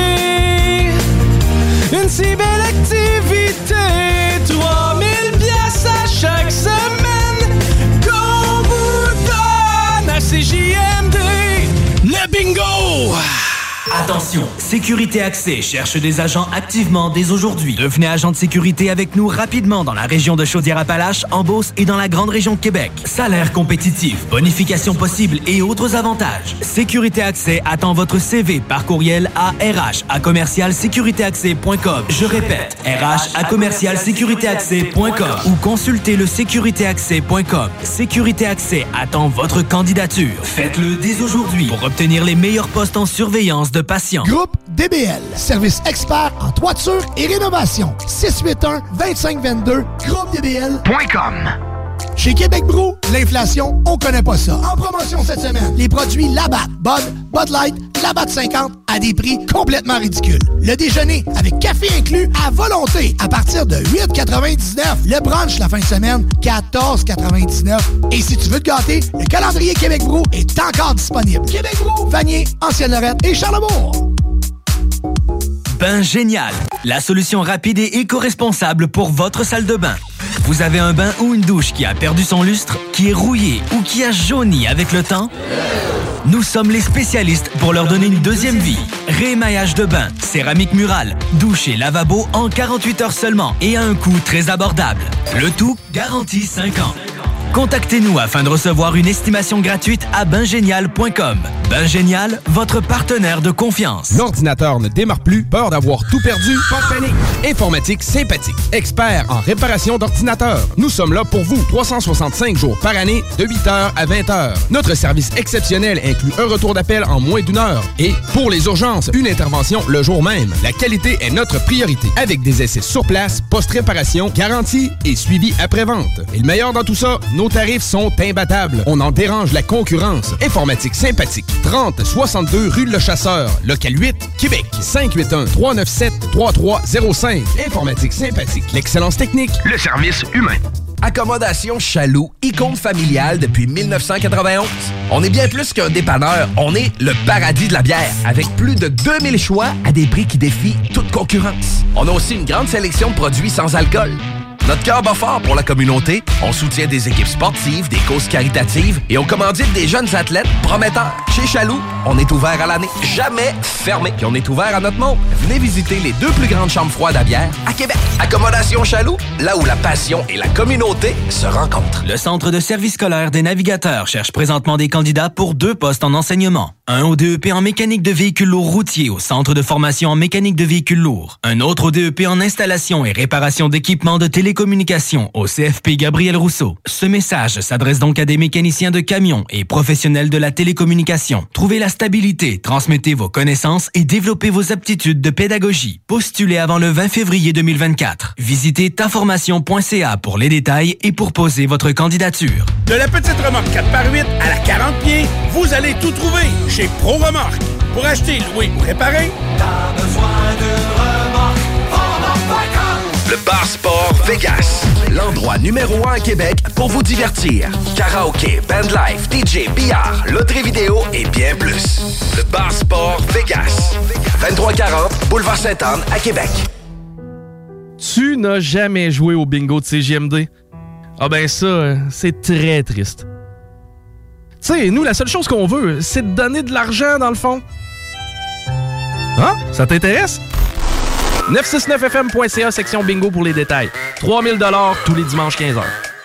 une si belle activité. 3000 pièces à chaque semaine qu'on vous donne à CJMD. Le bingo! Attention, Sécurité Accès cherche des agents activement dès aujourd'hui. Devenez agent de sécurité avec nous rapidement dans la région de Chaudière-Appalaches, en Beauce et dans la grande région de Québec. Salaire compétitif, bonification possible et autres avantages. Sécurité Accès attend votre CV par courriel à rh@commercialsécuritéaccès.com. Je répète, rh@commercialsécuritéaccès.com ou consultez le sécuritéaccès.com. Sécurité Accès attend votre candidature. Faites-le dès aujourd'hui pour obtenir les meilleurs postes en surveillance de passion. Groupe DBL, service expert en toiture et rénovation. 681-2522, groupedbl.com. Chez Québec Brou, l'inflation, on connaît pas ça. En promotion cette semaine, les produits Labatt, Bud Light, Labatt 50 à des prix complètement ridicules. Le déjeuner avec café inclus à volonté à partir de 8,99. Le brunch la fin de semaine, 14,99. Et si tu veux te gâter, le calendrier Québec Brou est encore disponible. Québec Brou, Vanier, Ancienne-Lorette et Charlebourg. Bain Génial, la solution rapide et éco-responsable pour votre salle de bain. Vous avez un bain ou une douche qui a perdu son lustre, qui est rouillé ou qui a jauni avec le temps? Nous sommes les spécialistes pour leur donner une deuxième vie. Réémaillage de bain, céramique murale, douche et lavabo en 48 heures seulement et à un coût très abordable. Le tout garanti 5 ans. Contactez-nous afin de recevoir une estimation gratuite à baingénial.com. Bain Génial, votre partenaire de confiance. L'ordinateur ne démarre plus, peur d'avoir tout perdu? Pas de panique! Informatique Sympathique, expert en réparation d'ordinateurs. Nous sommes là pour vous, 365 jours par année, de 8h à 20h. Notre service exceptionnel inclut un retour d'appel en moins d'1 heure. Et, pour les urgences, une intervention le jour même. La qualité est notre priorité, avec des essais sur place, post-réparation, garantie et suivi après-vente. Et le meilleur dans tout ça, nos tarifs sont imbattables. On en dérange la concurrence. Informatique Sympathique. 30-62 rue Le Chasseur, local 8, Québec. 581-397-3305. Informatique Sympathique. L'excellence technique, le service humain. Accommodation Chaloux, icône familiale depuis 1991. On est bien plus qu'un dépanneur, on est le paradis de la bière, avec plus de 2000 choix à des prix qui défient toute concurrence. On a aussi une grande sélection de produits sans alcool. Notre cœur bat fort pour la communauté. On soutient des équipes sportives, des causes caritatives et on commandite des jeunes athlètes prometteurs. Chez Chaloux, on est ouvert à l'année, jamais fermé. Puis on est ouvert à notre monde. Venez visiter les 2 plus grandes chambres froides à bière à Québec. Accommodation Chaloux, là où la passion et la communauté se rencontrent. Le Centre de service scolaire des navigateurs cherche présentement des candidats pour 2 postes en enseignement. Un au DEP en mécanique de véhicules lourds routiers au Centre de formation en mécanique de véhicules lourds. Un autre au DEP en installation et réparation d'équipements de télécommunications au CFP Gabriel Rousseau. Ce message s'adresse donc à des mécaniciens de camions et professionnels de la télécommunication. Trouvez la stabilité, transmettez vos connaissances et développez vos aptitudes de pédagogie. Postulez avant le 20 février 2024. Visitez taformation.ca pour les détails et pour poser votre candidature. De la petite remorque 4x8 à la 40 pieds, vous allez tout trouver chez Pro Remorque. Pour acheter, louer ou réparer, t'as besoin d'une remorque, ProRemorque.com. Le Bar Sport Vegas, l'endroit numéro 1 à Québec pour vous divertir. Karaoké, bandlife, DJ, billard, loterie vidéo et bien plus. Le Bar Sport Vegas, 2340 Boulevard Sainte-Anne à Québec. Tu n'as jamais joué au bingo de CJMD? Ah ben ça, c'est très triste. Tu sais, nous, la seule chose qu'on veut, c'est de donner de l'argent, dans le fond. Hein? Ça t'intéresse? 969fm.ca, section bingo pour les détails. 3000 $ tous les dimanches 15h.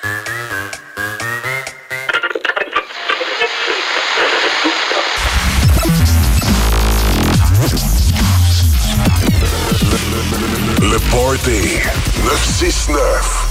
Le Party 969.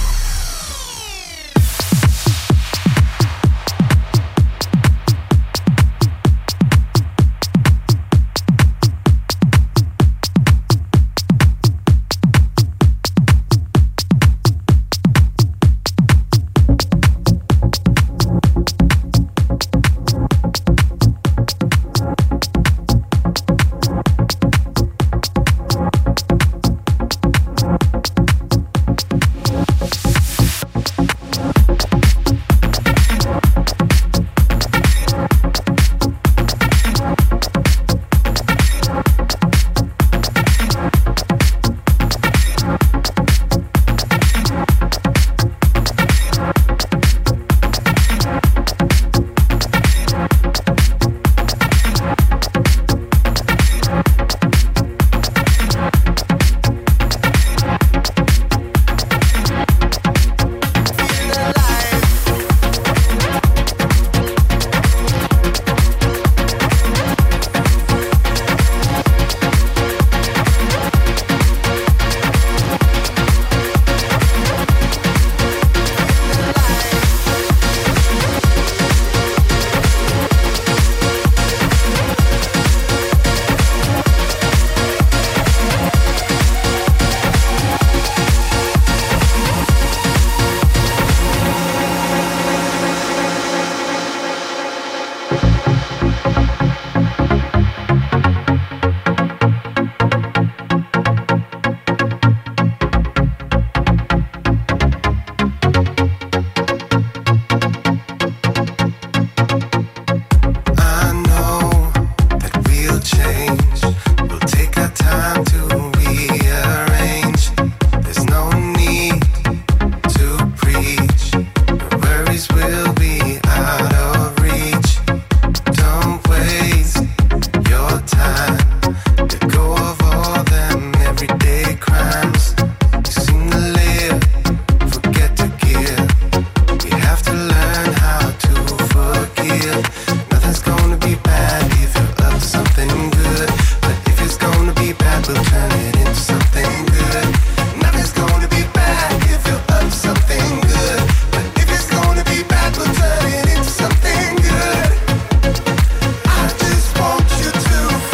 change. We'll take our time to rearrange. There's no need to preach. The worries will be out of reach. Don't waste your time. Let go of all them everyday crimes. You seem to live, forget to give. We have to learn how to forgive. Nothing's gonna be bad if you're up to something good. But if it's gonna be bad, we'll turn it into something good. Nothing's gonna be bad if you're up to something good. But if it's gonna be bad, we'll turn it into something good. I just want you to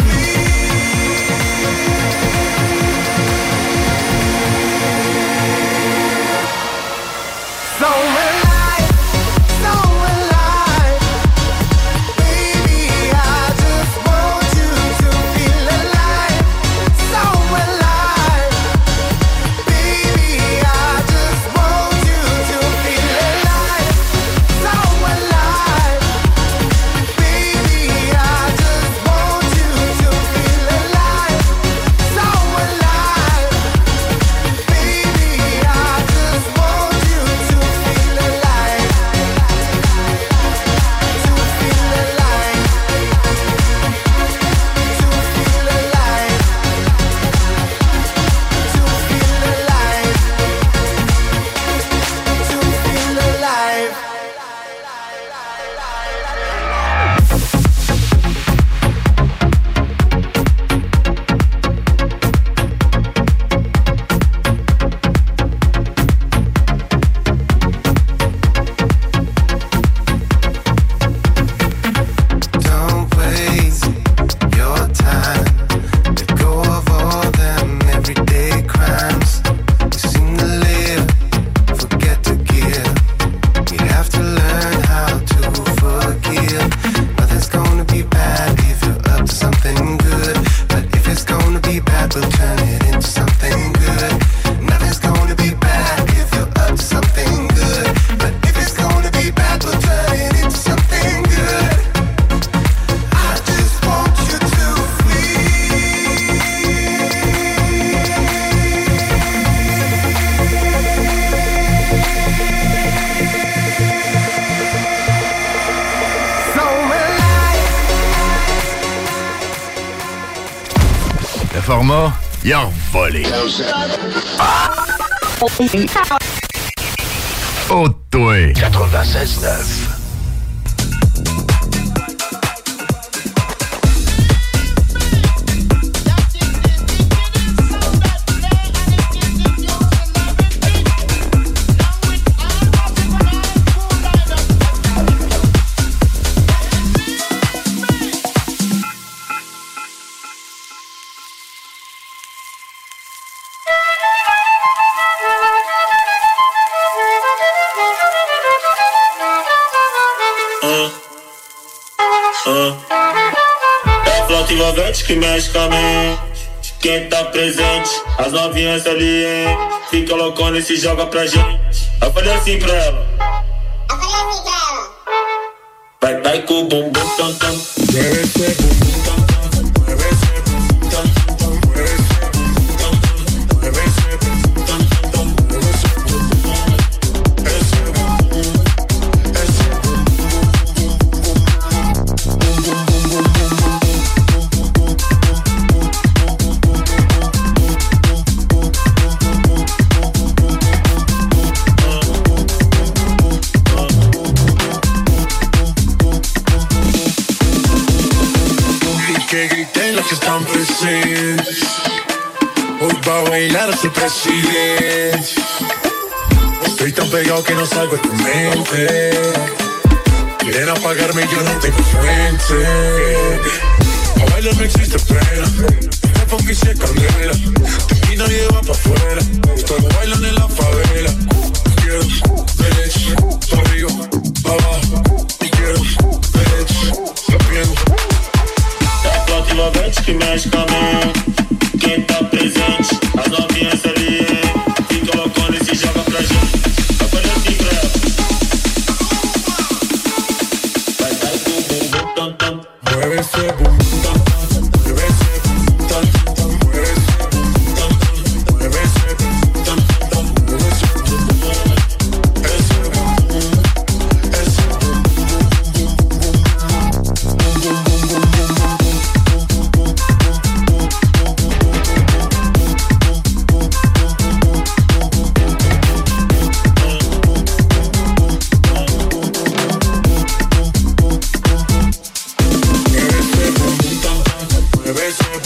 so alive, so alive. Baby, I just want you to feel alive, so alive. Baby, I just want you to feel alive, so alive. Baby, I just want you to feel alive, so alive. Baby, I just want you to feel alive, to feel alive, to feel alive, to feel alive, to feel alive. Don't waste your time. Let go of all them everyday crimes. You seem to live, forget to give. We have to learn how to forgive. Nothing's gonna be bad if you're up to something good. But if it's gonna be bad, we'll turn it into something good. Nothing's gonna be bad if you're up to something good. But if it's gonna be bad, we'll turn it into something good. I just want you to so alive. Le format, il a volé. Oh, toi. 96.9. É o flauta envolvente que mexe com a mente. Quem tá presente, as novinhas ali, hein? Fica loucona e se joga pra gente. Eu falei assim pra ela. Vai com o bumbum tam tam. Mueve esse bumbum tam tam. Mueve esse bumbum tam tam. Mueve esse bumbum tam tam. Mueve esse bumbum tam tam. Mueve esse bumbum. Esse bumbum. Esse que griten los que están presentes. Hoy va a bailar a su presidente. Estoy tan pegado que no salgo de tu mente. Quieren apagarme y yo no tengo frente. A bailar no existe pena. Me pongo y se candela. De mí nadie va pa' afuera. Todos bailan en la favela. Quiero derecha, pa' arriba, pa' abajo. Y quiero derecha, sabiendo. É flauta envolvente que mexe com a mente. Quem tá presente, as novinhas ali, hein? Fica loucona e se joga pra gente. Eu falei assim pra ela. Vai com o bumbum tam tam. Mueve esse bumbum tam tam. Mueve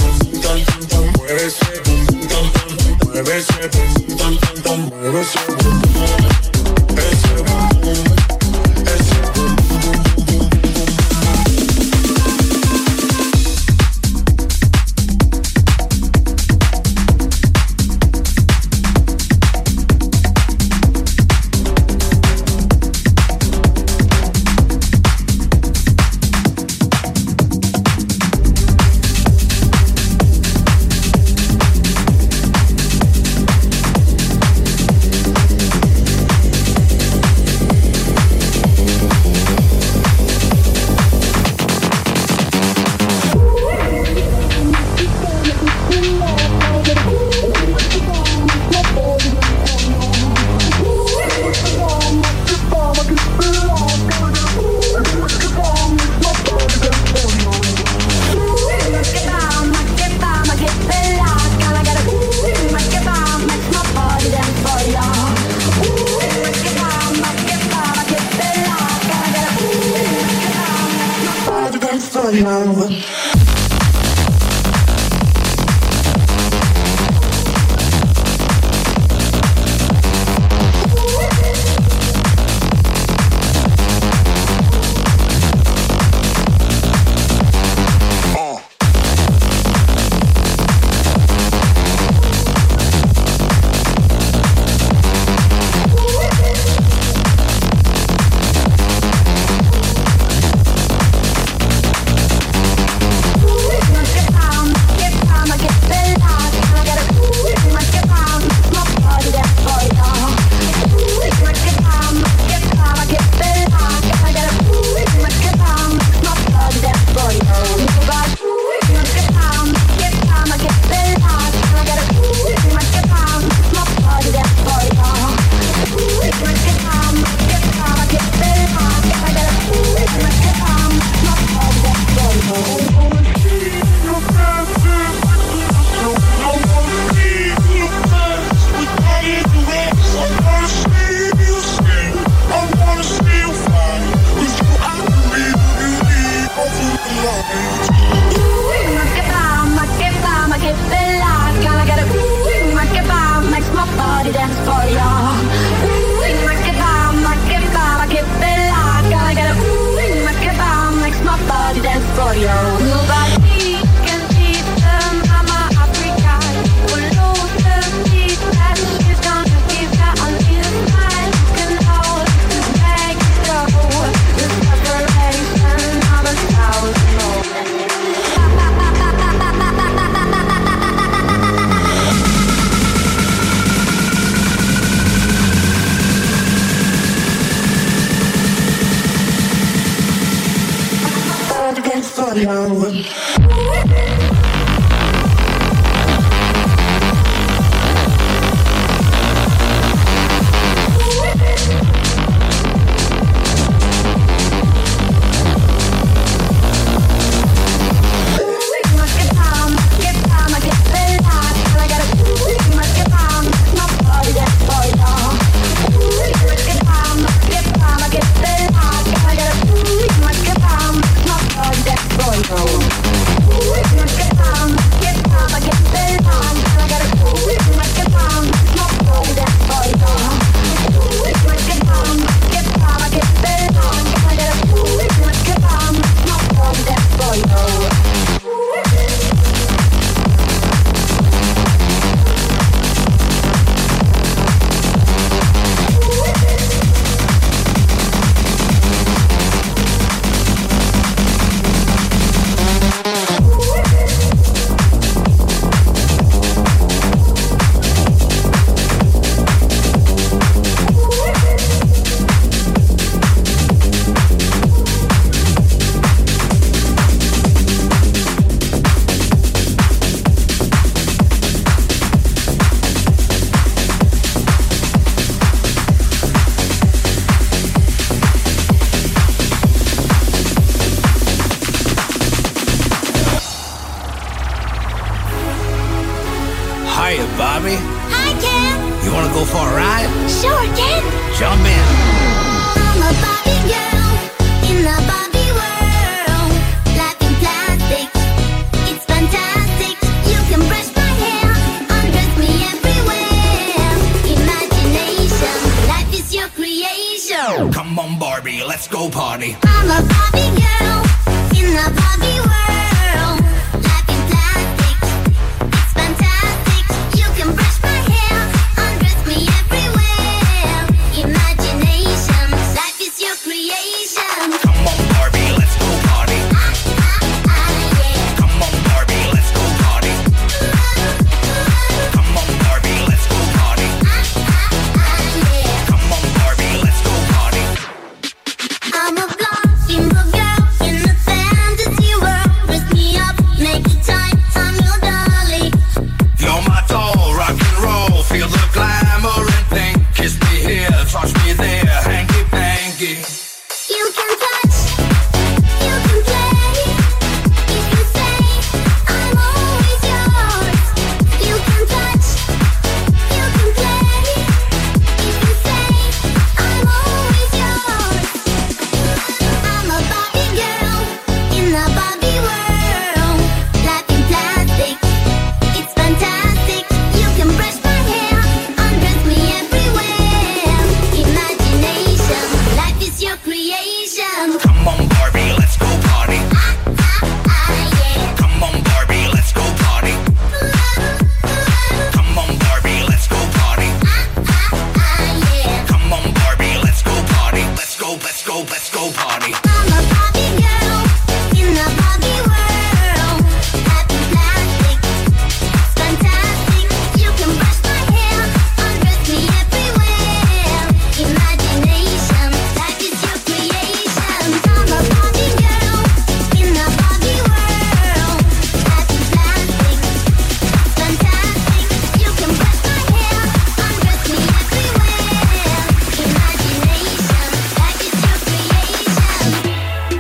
Hiya, Bobby. Hi, Ken. You want to go for a ride? Sure, Ken. Jump in. I'm a Barbie girl in the Barbie world. Life in plastic, it's fantastic. go party. I'm a Barbie girl in the Barbie world. Life in plastic, it's fantastic. You can brush my hair, undress me everywhere. Imagination, life is your creation. Come on, Barbie, let's go party. Yeah. Come on, Barbie, let's go party. Come on, Barbie, let's go party. Yeah. Come on, Barbie, let's go party. I'm a blonde single girl in a fantasy world. Dress me up, make it tight, I'm your dolly. You're my doll, rock and roll. Feel the glamour and think. Kiss me here, touch me there. Hanky panky. You can touch, you can play. If you say I'm always yours. You can touch, you can play. If you say I'm always yours. I'm a Barbie girl in the Barbie world. Life in plastic, it's fantastic. You can brush my hair, undress me everywhere. Imagination, life is your creation. Come on, Barbie, let's go party. Yeah. Come on, Barbie, let's go party. Come on, Barbie, let's go party. Yeah. Come on, Barbie, let's go party. Let's go, let's go, let's go party. I'm a Barbie girl in the Barbie world. Life in plastic, it's fantastic. You can brush my hair, undress me everywhere. Imagination, life is your creation. I'm a Barbie girl in the Barbie world. Life in plastic, it's fantastic. You can brush my hair, undress me everywhere. Imagination, life is your creation.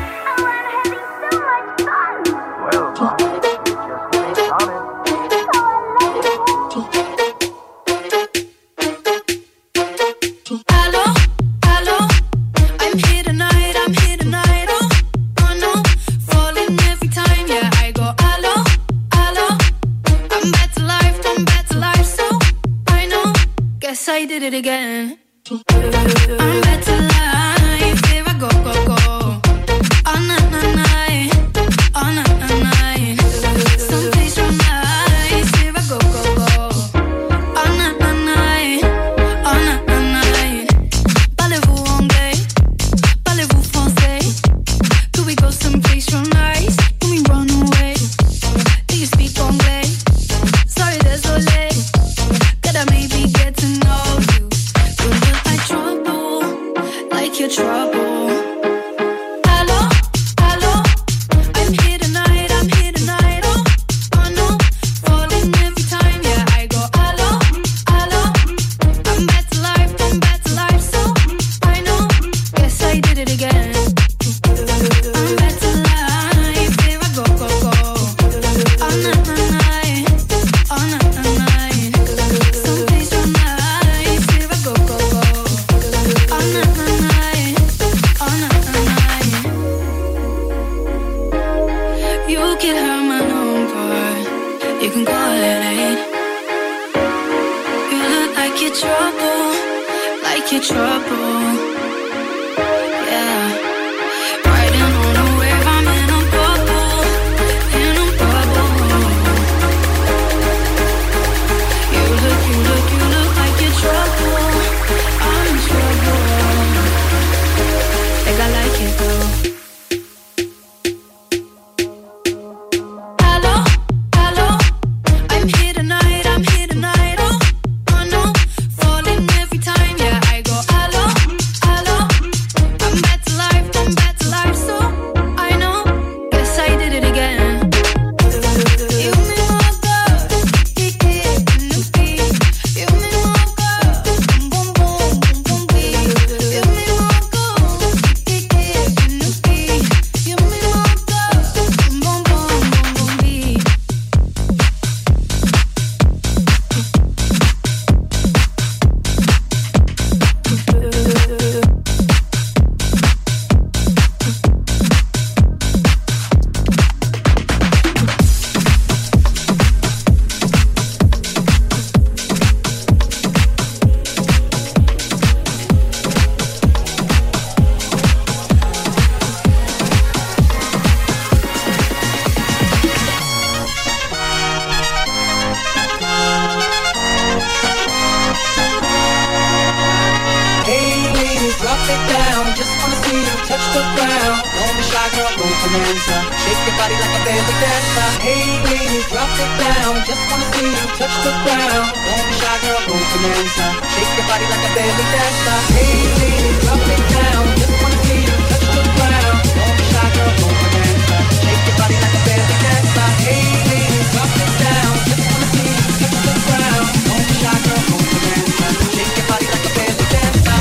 Hello, hello, I'm here tonight, oh no, falling every time, yeah, I go hello, hello, I'm back to life, so I know, guess I did it again. I'm back to life, here I go, all night, all night, someplace real nice, here I go, all night, all night. Parlez-vous anglais? Parlez-vous français? Could we go someplace real nice? Can we run away? Do you speak anglais? Sorry, désolé. Could I maybe get to know you? You look like trouble, like you're trouble. Hello, hello, I'm here tonight, oh no, falling every time, yeah, I go hello, hello. I'm back to life, so I know, guess I did it again. I'm back to life, here I go, all night, all night, someplace real nice, here I go, all night, all night. You can have my number, you can call it 8. You look like you're trouble, yeah. Riding on a wave, I'm in a bubble. You look like you're trouble. I'm in trouble. Think I like it though. Hello, hello, I'm here tonight, oh no, falling every time, yeah, I go hello, bonanza. Shake your body like a belly dancer. Hey ladies, drop it down. Just wanna see you touch the ground. Don't be shy, girl, go bonanza. Shake your body like a belly dancer. Hey ladies, drop it down. Just wanna see you touch the ground. Don't be shy, girl, go bonanza. Shake your body like a belly dancer. Hey ladies, drop it down. Just wanna see you touch the ground. Don't be shy, girl, go bonanza. Shake your body like a belly dancer.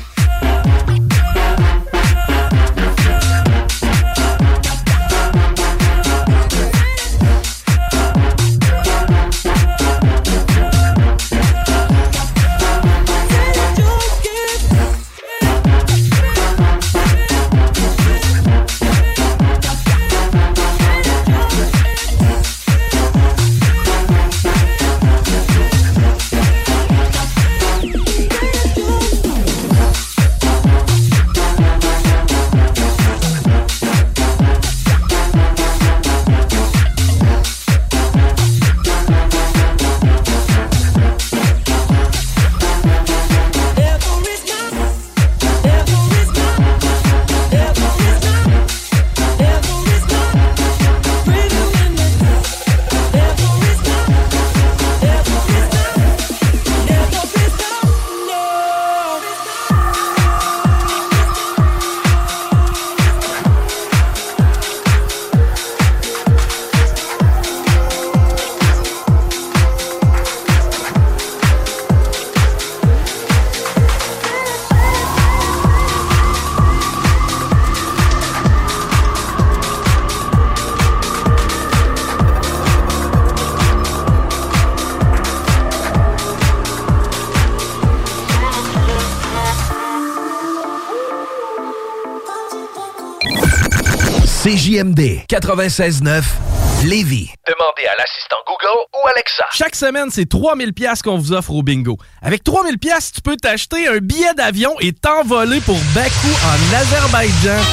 CJMD 96.9 Lévis. Demandez à l'assistant Google ou Alexa. Chaque semaine, c'est 3000 pièces qu'on vous offre au bingo. Avec 3000 pièces, tu peux t'acheter un billet d'avion et t'envoler pour Bakou en Azerbaïdjan.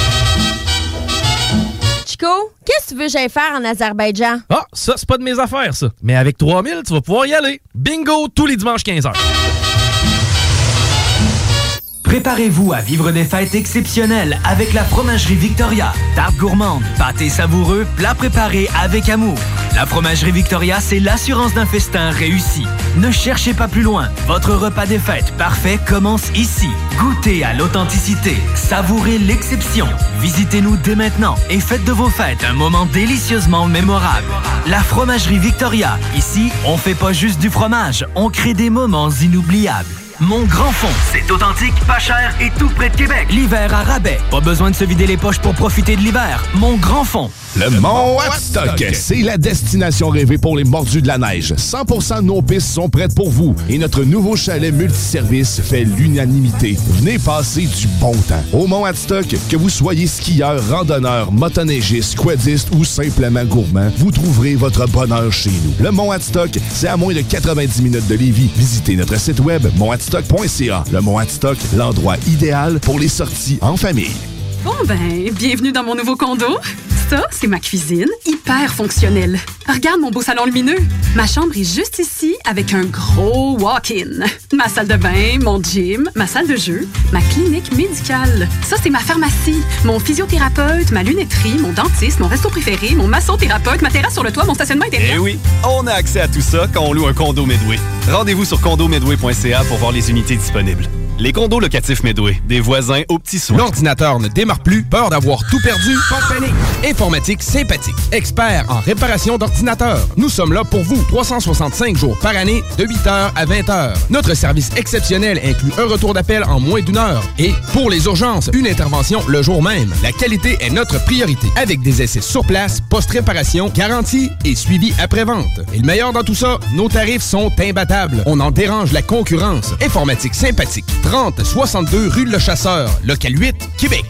Chico, qu'est-ce que tu veux que j'aille faire en Azerbaïdjan? Ah, ça, c'est pas de mes affaires, ça. Mais avec 3000, tu vas pouvoir y aller. Bingo tous les dimanches 15h. Préparez-vous à vivre des fêtes exceptionnelles avec la Fromagerie Victoria. Tarte gourmande, pâté savoureux, plats préparés avec amour. La Fromagerie Victoria, c'est l'assurance d'un festin réussi. Ne cherchez pas plus loin. Votre repas des fêtes parfait commence ici. Goûtez à l'authenticité. Savourez l'exception. Visitez-nous dès maintenant et faites de vos fêtes un moment délicieusement mémorable. La Fromagerie Victoria. Ici, on fait pas juste du fromage, on crée des moments inoubliables. Mon Grand Fond, c'est authentique, pas cher et tout près de Québec. L'hiver à rabais. Pas besoin de se vider les poches pour profiter de l'hiver. Mon Grand Fond. Le Mont Watstock, c'est la destination rêvée pour les mordus de la neige. 100% de nos pistes sont prêtes pour vous et notre nouveau chalet multiservice fait l'unanimité. Venez passer du bon temps. Au Mont Watstock, que vous soyez skieur, randonneur, motoneigiste, quadiste ou simplement gourmand, vous trouverez votre bonheur chez nous. Le Mont Watstock, c'est à moins de 90 minutes de Lévis. Visitez notre site web montwatstock.ca. Le Mont Watstock, l'endroit idéal pour les sorties en famille. Bon bienvenue dans mon nouveau condo. Ça, c'est ma cuisine, hyper fonctionnelle. Regarde mon beau salon lumineux. Ma chambre est juste ici avec un gros walk-in. Ma salle de bain, mon gym, ma salle de jeu, ma clinique médicale. Ça, c'est ma pharmacie, mon physiothérapeute, ma lunetterie, mon dentiste, mon resto préféré, mon massothérapeute, ma terrasse sur le toit, mon stationnement intérieur. Eh oui, on a accès à tout ça quand on loue un condo Medway. Rendez-vous sur condomedway.ca pour voir les unités disponibles. Les condos locatifs Medway, des voisins aux petits soins. L'ordinateur ne démarre plus, peur d'avoir tout perdu? Pas de panique! Informatique Sympathique, expert en réparation d'ordinateurs. Nous sommes là pour vous, 365 jours par année, de 8h à 20h. Notre service exceptionnel inclut un retour d'appel en moins d'1 heure. Et pour les urgences, une intervention le jour même. La qualité est notre priorité, avec des essais sur place, post-réparation, garantie et suivi après-vente. Et le meilleur dans tout ça, nos tarifs sont imbattables. On en dérange la concurrence. Informatique Sympathique. 30-62 rue Le Chasseur, local 8, Québec.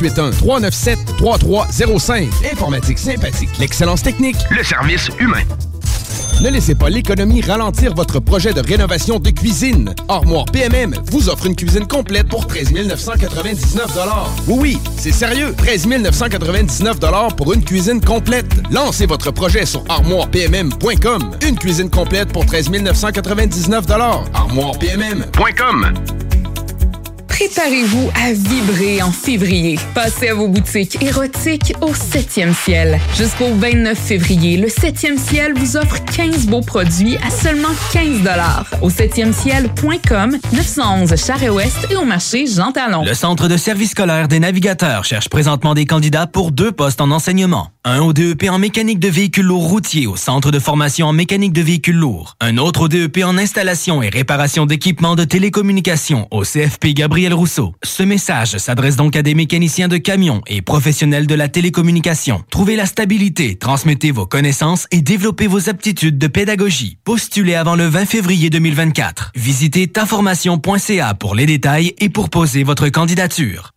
581-397-3305. Informatique Sympathique. L'excellence technique. Le service humain. Ne laissez pas l'économie ralentir votre projet de rénovation de cuisine. Armoire PMM vous offre une cuisine complète pour 13 999 $. Oui, c'est sérieux. 13 999 $ pour une cuisine complète. Lancez votre projet sur armoirepmm.com. Une cuisine complète pour 13 999 $. Armoirepmm.com. Préparez-vous à vibrer en février. Passez à vos boutiques érotiques au 7e ciel. Jusqu'au 29 février, le 7e ciel vous offre 15 beaux produits à seulement 15 $. Au 7e-ciel.com, 911 Charest-Ouest et au marché Jean Talon. Le Centre de service scolaire des navigateurs cherche présentement des candidats pour 2 postes en enseignement. Un au DEP en mécanique de véhicules lourds routiers au Centre de formation en mécanique de véhicules lourds. Un autre au DEP en installation et réparation d'équipements de télécommunications au CFP Gabriel Rousseau. Ce message s'adresse donc à des mécaniciens de camions et professionnels de la télécommunication. Trouvez la stabilité, transmettez vos connaissances et développez vos aptitudes de pédagogie. Postulez avant le 20 février 2024. Visitez taformation.ca pour les détails et pour poser votre candidature.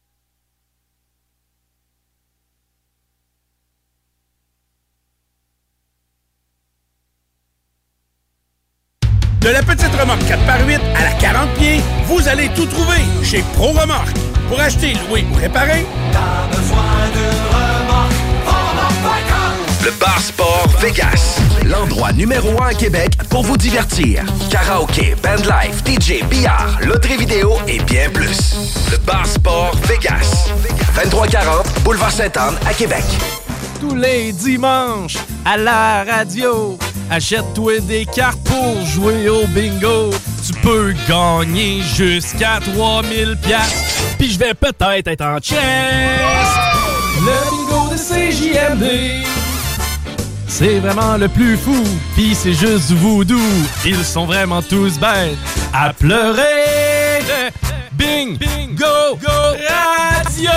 De la petite remorque 4x8 à la 40 pieds, vous allez tout trouver chez Pro Remorque. Pour acheter, louer ou réparer, t'as besoin d'une remorque, ProRemorque.com. Le Bar Sport Vegas, l'endroit numéro 1 à Québec pour vous divertir. Karaoké, bandlife, DJ, billard, loterie vidéo et bien plus. Le Bar Sport Vegas, 2340 Boulevard Sainte-Anne à Québec. Tous les dimanches, à la radio, achète-toi des cartes pour jouer au bingo. Tu peux gagner jusqu'à 3000$. Puis je vais peut-être être en chest. Le bingo de CJMD, c'est vraiment le plus fou. Puis c'est juste du voodoo. Ils sont vraiment tous bêtes à pleurer. Bingo Radio!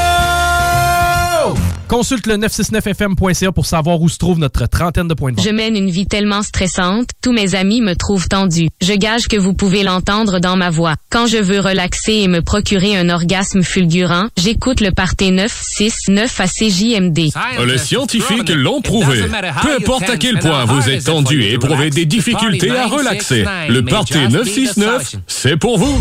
Consulte le 969fm.ca pour savoir où se trouve notre trentaine de points de vente. Je mène une vie tellement stressante, tous mes amis me trouvent tendue. Je gage que vous pouvez l'entendre dans ma voix. Quand je veux relaxer et me procurer un orgasme fulgurant, j'écoute le Party 969 à CJMD. Les scientifiques l'ont prouvé. Peu importe à quel point vous êtes tendu et éprouvez des difficultés à relaxer, le Party 969, c'est pour vous.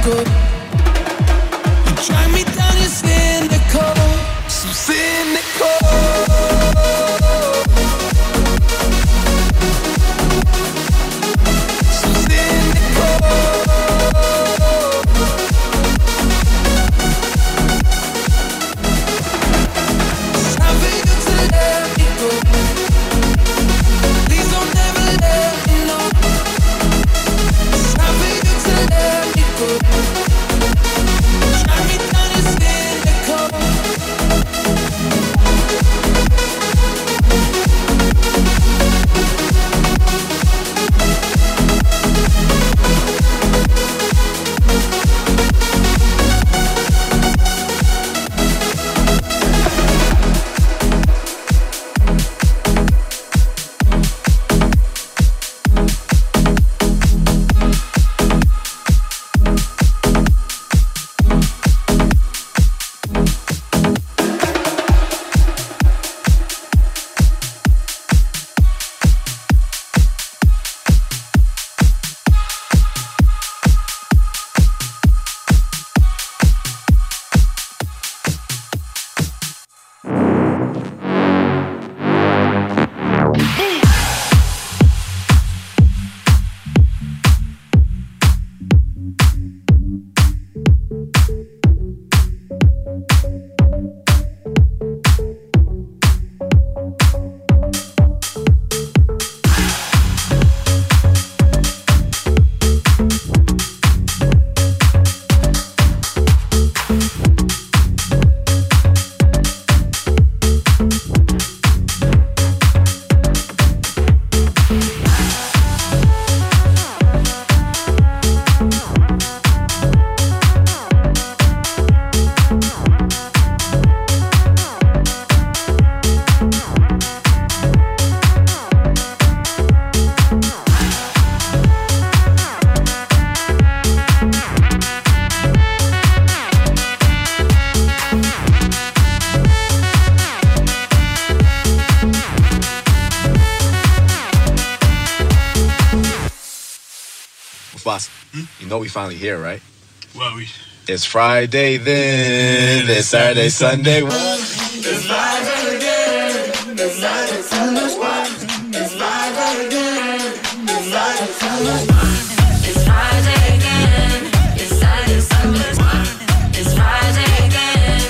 cynical. You drive me down, you're cynical. So cynical. So cynical. It's time for you to let me go. Please don't ever let me know. It's time for you to let me go. Drive me down, you're cynical. Boss, you know we finally here, right? Well, It's Friday then, it's Saturday, Sunday. It's Friday again. It's Friday, Sunday. It's Friday again. It's Friday, Sunday. It's Friday again. It's Saturday, Sunday. It's Friday again.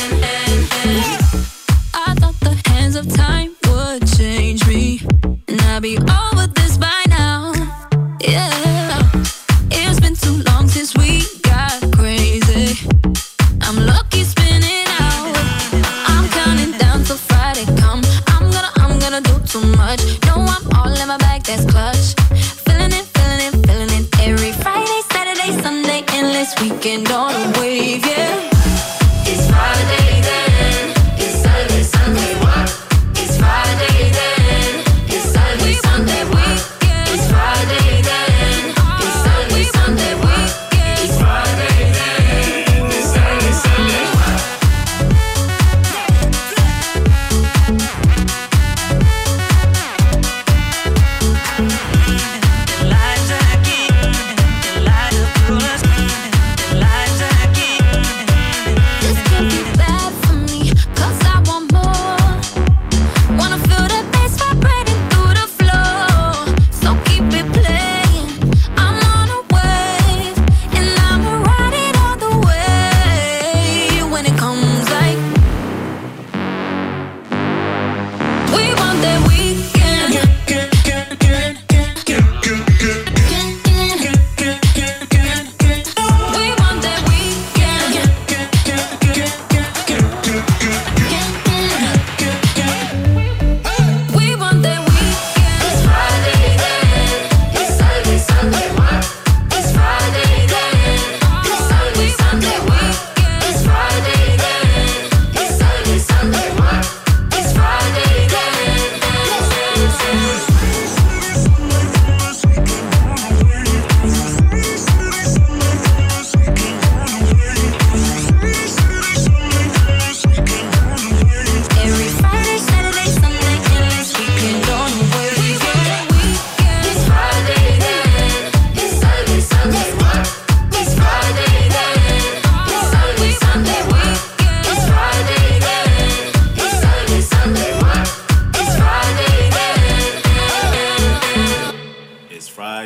I thought the hands of time would change me, and I'd be over this by now. Yeah, it's been too long since we got crazy. I'm lucky spinning out. I'm counting down till Friday come. I'm gonna do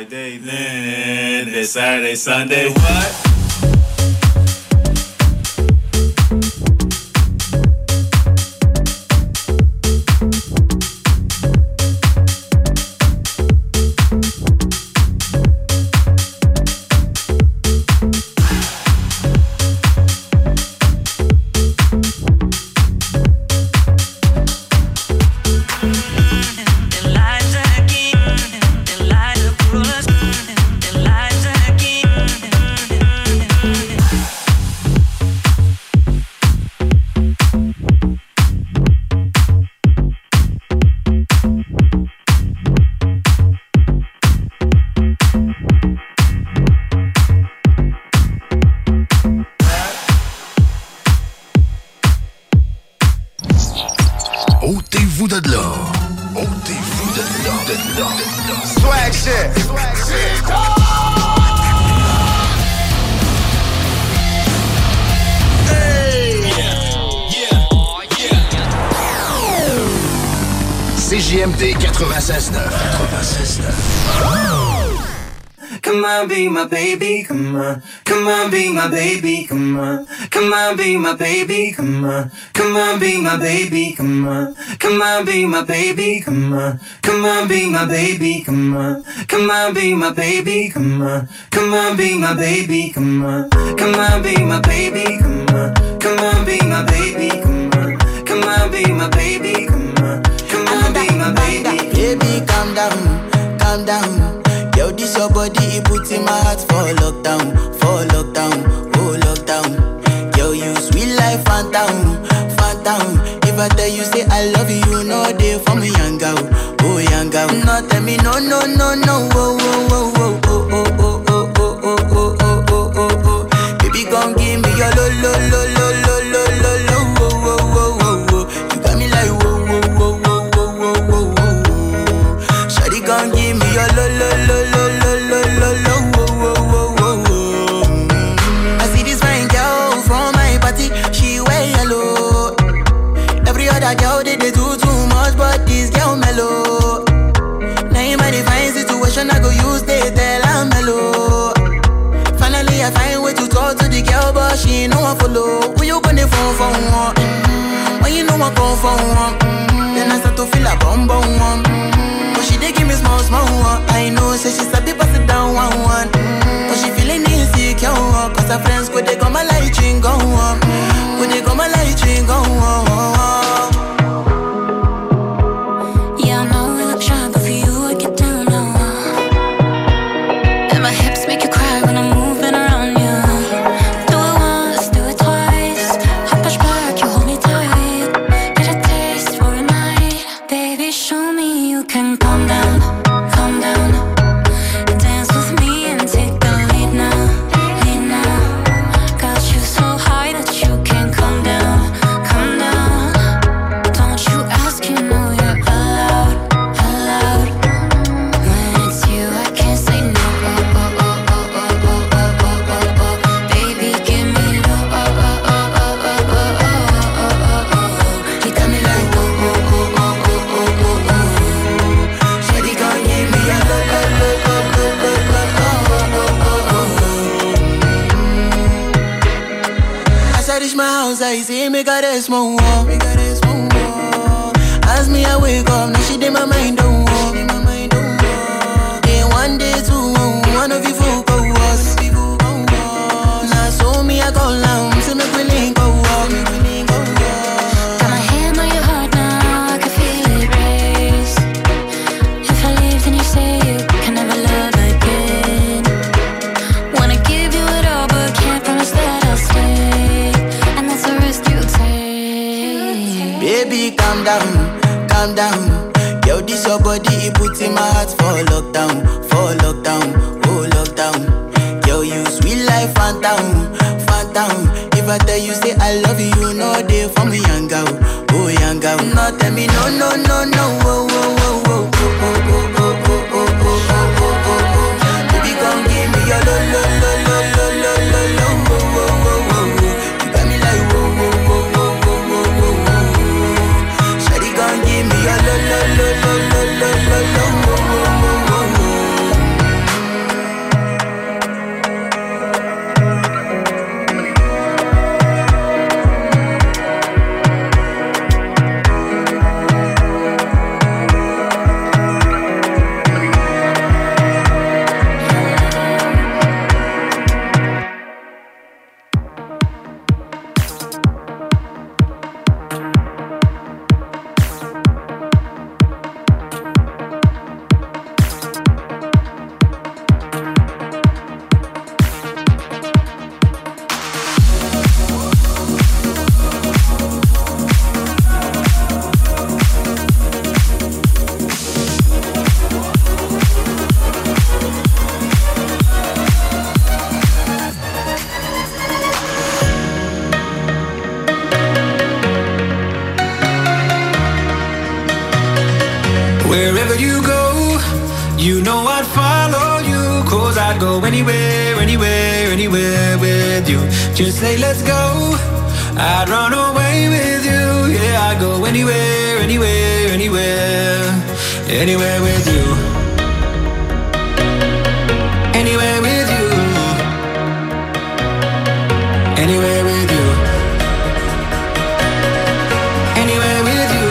Friday, then this Saturday, Sunday, what? Ôtez-vous de là. Ôtez-vous de là. Swag shit. CJMD 96.9. Come on, be my baby, come on. Come on, be my baby, come on. Come on, be my baby, come on. Come on, be my baby, come on. Come on, be my baby, come on. Come on, be my baby, come on. Come on, be my baby, come on. Come on, be my baby, come on. Come on, be my baby, come on. Come on, be my baby, come on. Come on, be my baby, come on. Come on, be my baby. Baby, calm down, calm down. Yo, this your body, it puts in my heart for lockdown, oh lockdown. Yo, you sweet life, phantom, phantom. If I tell you, say I love you, you know they for me, young girl, oh young girl. No, tell me, no, no, no, no, oh, oh, oh, oh, oh, oh, oh, oh, oh, oh, oh, oh, oh, oh. Baby, gon' give me your lo, lo, lo, lo, lo, lo, lo, lo, oh, oh, oh, oh, oh. You got me like, whoa, whoa, whoa, whoa, whoa, whoa, whoa. Shawty gon' give me your lo, lo, lo, lo. Girl, they do too much, but this girl mellow. Now in my divine situation, I go use they tell I'm mellow. Finally, I find way to talk to the girl, but she ain't no one follow. Who you gonna phone for one? When you know I come for one, then I start to feel a bum bum one. But she dey give me small small one. I know, say she sabi pass it down one one. But she feeling insecure, cause her friends go they come my light ring go on. Go they come my light ring go on. I say make her rest more. As me I wake up, now she did my mind don't walk. Day one, day two, one of you focus. Now so me I go down, so make we link go walk. Got my hand on your heart now, I can feel it race. If I leave, then you say you can never love again. Wanna give you it all, but can't promise that I'll stay. Baby, calm down, calm down. Yo, this your body, it puts in my heart for lockdown, oh lockdown. Yo, you sweet life, phantom, phantom. If I tell you, say I love you, you know they for me, young girl, oh young girl. No, tell me, no, no, no, no, oh, oh, oh, oh, oh, oh, oh, oh, oh, oh, oh, oh, oh. Baby, come give me your lo, lo, lo, lo, lo, lo, lo, lo, oh, oh, oh, oh, oh. You got me like, whoa, whoa, whoa, whoa, whoa, whoa, whoa, whoa. Shawty, come give me your lo, lo, lo, lo, lo, lo, lo, lo, oh, oh, oh, oh, oh. You know I'd follow you, 'cause I'd go anywhere, anywhere, anywhere with you. Just say let's go, I'd run away with you. Yeah, I'd go anywhere, anywhere, anywhere, anywhere with you. Anywhere with you. Anywhere with you. Anywhere with you.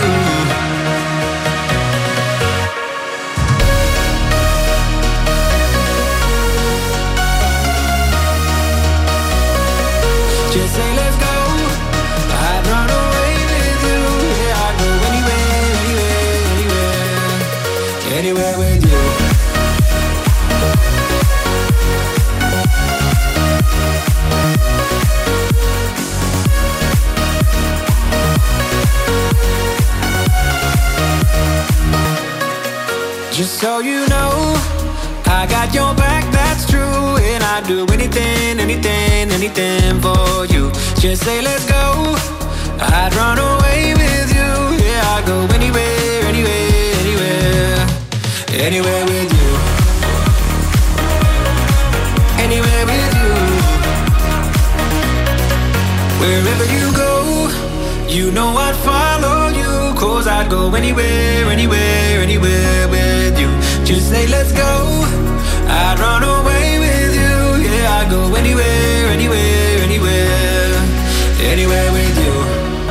Just say let's go, I'd run away with you. Yeah, I'd go anywhere, anywhere, anywhere, anywhere with you. Just so you know, I got your back, that's true. And I'd do anything, anything, anything for you. Just say let's go, I'd run away with you. Yeah, I'd go anywhere, anywhere, anywhere, anywhere with you. Anywhere with you. Wherever you go, you know I'd follow you, 'cause I'd go anywhere, anywhere, anywhere with you. Just say let's go, I'd run away with you. Yeah, I'd go anywhere, anywhere, anywhere, anywhere with you.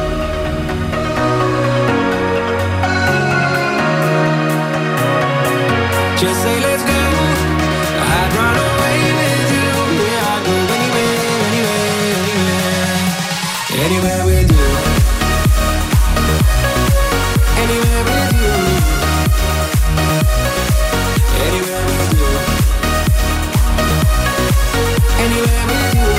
Just say let's go, I'd run away with you. Yeah, I'd go anywhere, anywhere, anywhere, anywhere with you. Anywhere with you. Anywhere with you. Anywhere with you.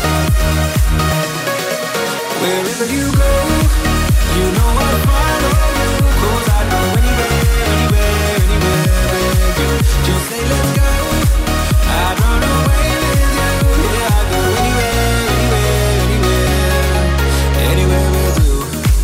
Wherever you go, you know I'll follow you, 'cause I'd go anywhere, anywhere, anywhere with you. Just say let's go, I'd run away with you. Yeah, I'd go anywhere, anywhere, anywhere, anywhere with you.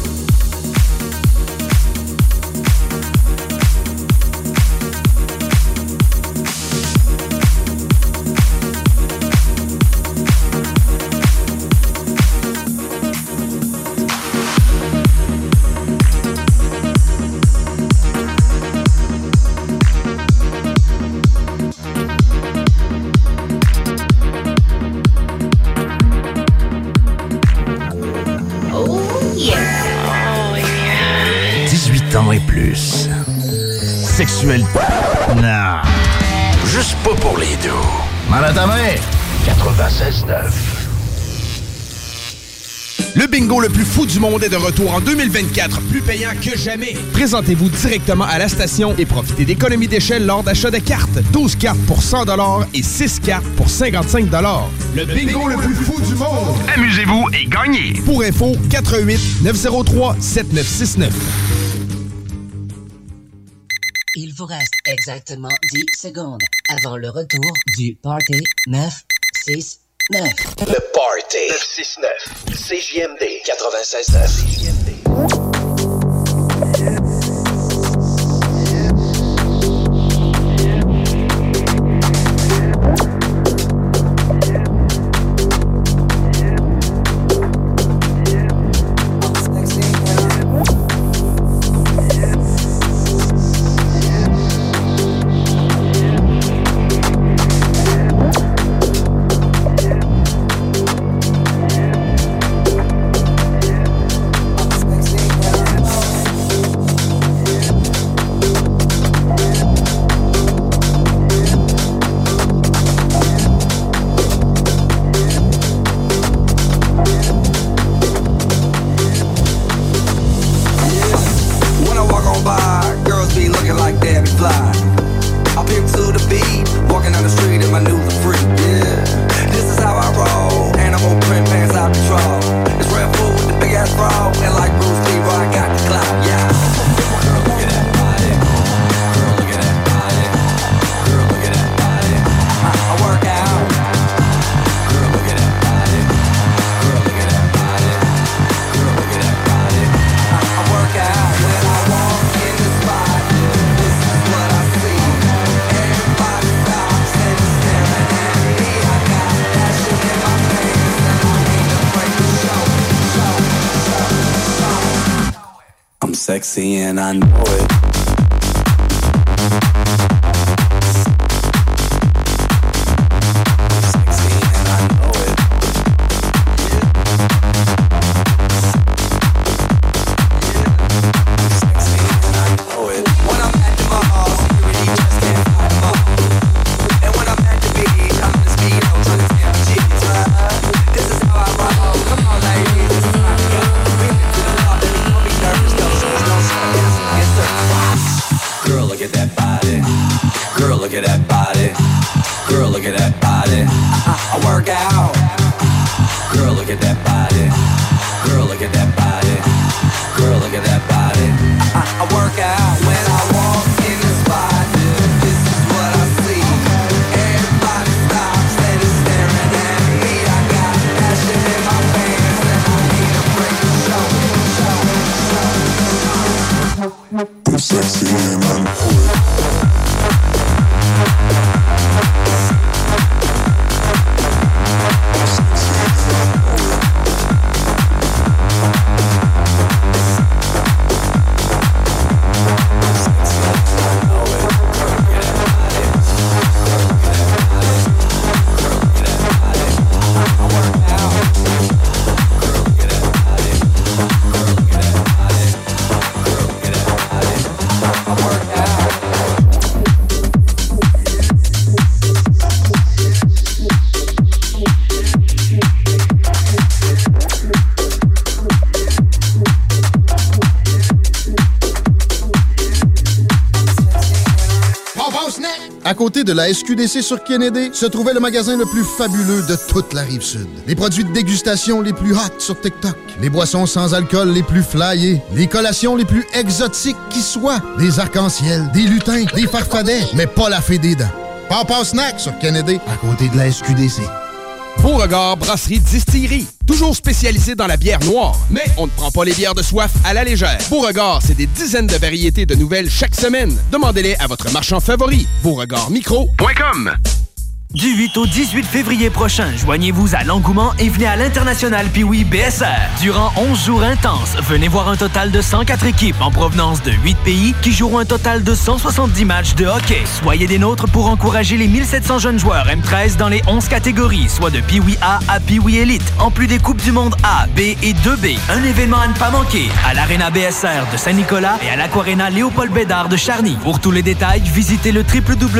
Et plus. Sexuel. Non. Juste pas pour les deux. Mal à ta main. 96.9. Le bingo le plus fou du monde est de retour en 2024, plus payant que jamais. Présentez-vous directement à la station et profitez d'économies d'échelle lors d'achat de cartes. 12 cartes pour 100$ et 6 cartes pour 55$. Le bingo le plus fou du monde. Amusez-vous et gagnez. Pour info, 88 903 7969. Il vous reste exactement 10 secondes avant le retour du Party 969. Le Party 969. CJMD 96.9. sexy and I know it. À côté de la SQDC sur Kennedy, se trouvait le magasin le plus fabuleux de toute la Rive-Sud. Les produits de dégustation les plus hot sur TikTok, les boissons sans alcool les plus flyées, les collations les plus exotiques qui soient, des arcs-en-ciel, des lutins, des farfadets, mais pas la fée des dents. Papa Snack sur Kennedy, à côté de la SQDC. Beauregard Brasserie Distillerie. Toujours spécialisé dans la bière noire, mais on ne prend pas les bières de soif à la légère. Beauregard, c'est des dizaines de variétés de nouvelles chaque semaine. Demandez-les à votre marchand favori. BeauregardMicro.com. Du 8 au 18 février prochain, joignez-vous à l'engouement et venez à l'International Pee-Wee BSR. Durant 11 jours intenses, venez voir un total de 104 équipes en provenance de 8 pays qui joueront un total de 170 matchs de hockey. Soyez des nôtres pour encourager les 1700 jeunes joueurs M13 dans les 11 catégories, soit de Pee-Wee A à Pee-Wee Elite, en plus des Coupes du Monde A, B et 2B. Un événement à ne pas manquer à l'Arena BSR de Saint-Nicolas et à l'Aquarena Léopold Bédard de Charny. Pour tous les détails, visitez le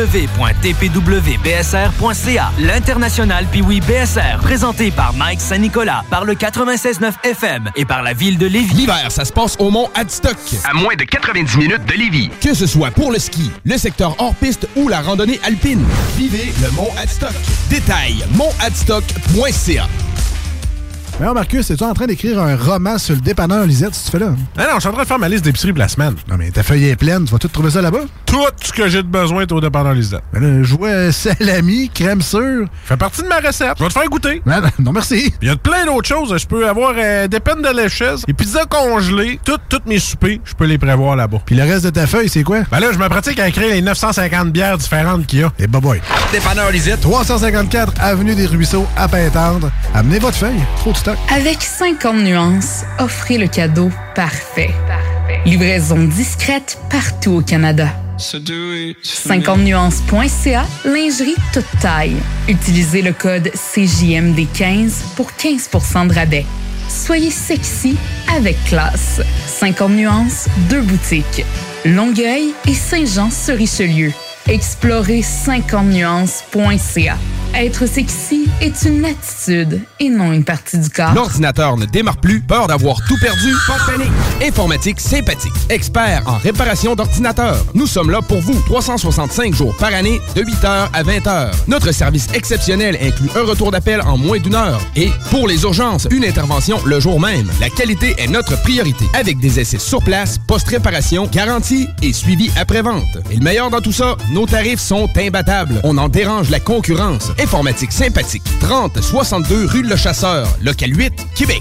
www.tpwbsr.ca. L'International Pee-Wee BSR, présenté par Mike Saint-Nicolas, par le 96.9 FM et par la ville de Lévis. L'hiver, ça se passe au Mont Adstock, à moins de 90 minutes de Lévis. Que ce soit pour le ski, le secteur hors-piste ou la randonnée alpine, vivez le Mont Adstock. Détail, montadstock.ca. Mais non, Marcus, es-tu en train d'écrire un roman sur le dépanneur Lisette, si tu fais là? Ah non, je suis en train de faire ma liste d'épicerie pour la semaine. Non, mais ta feuille est pleine, tu vas tout trouver ça là-bas? Tout ce que j'ai de besoin est au dépanneur Lisette. Mais là, je vois salami, crème sûre. Fait partie de ma recette. Je vais te faire goûter. Non, merci. Il y a plein d'autres choses. Je peux avoir des peines de lécheuse, des pizzas congelées, toutes mes soupers, je peux les prévoir là-bas. Puis le reste de ta feuille, c'est quoi? Ben là, je me pratique à écrire les 950 bières différentes qu'il y a. Et boy. Dépanneur Lisette. 354 Avenue des Ruisseaux, à Pintendre. Amenez votre feuille. Trop de stock. Avec 50 nuances, offrez le cadeau parfait. Livraison discrète partout au Canada. 50nuances.ca, lingerie toute taille. Utilisez le code CJMD15 pour 15% de rabais. Soyez sexy avec classe. 50 nuances, 2 boutiques. Longueuil et Saint-Jean-sur-Richelieu. Explorez 50nuances.ca. Être sexy est une attitude et non une partie du corps. L'ordinateur ne démarre plus, peur d'avoir tout perdu? Pas de panique! Informatique Sympathique, expert en réparation d'ordinateurs. Nous sommes là pour vous, 365 jours par année, de 8h à 20h. Notre service exceptionnel inclut un retour d'appel en moins d'1 heure. Et, pour les urgences, une intervention le jour même. La qualité est notre priorité. Avec des essais sur place, post-réparation, garantie et suivi après-vente. Et le meilleur dans tout ça, nos tarifs sont imbattables. On en dérange la concurrence. Informatique Sympathique, 30-62 rue Le Chasseur, local 8, Québec,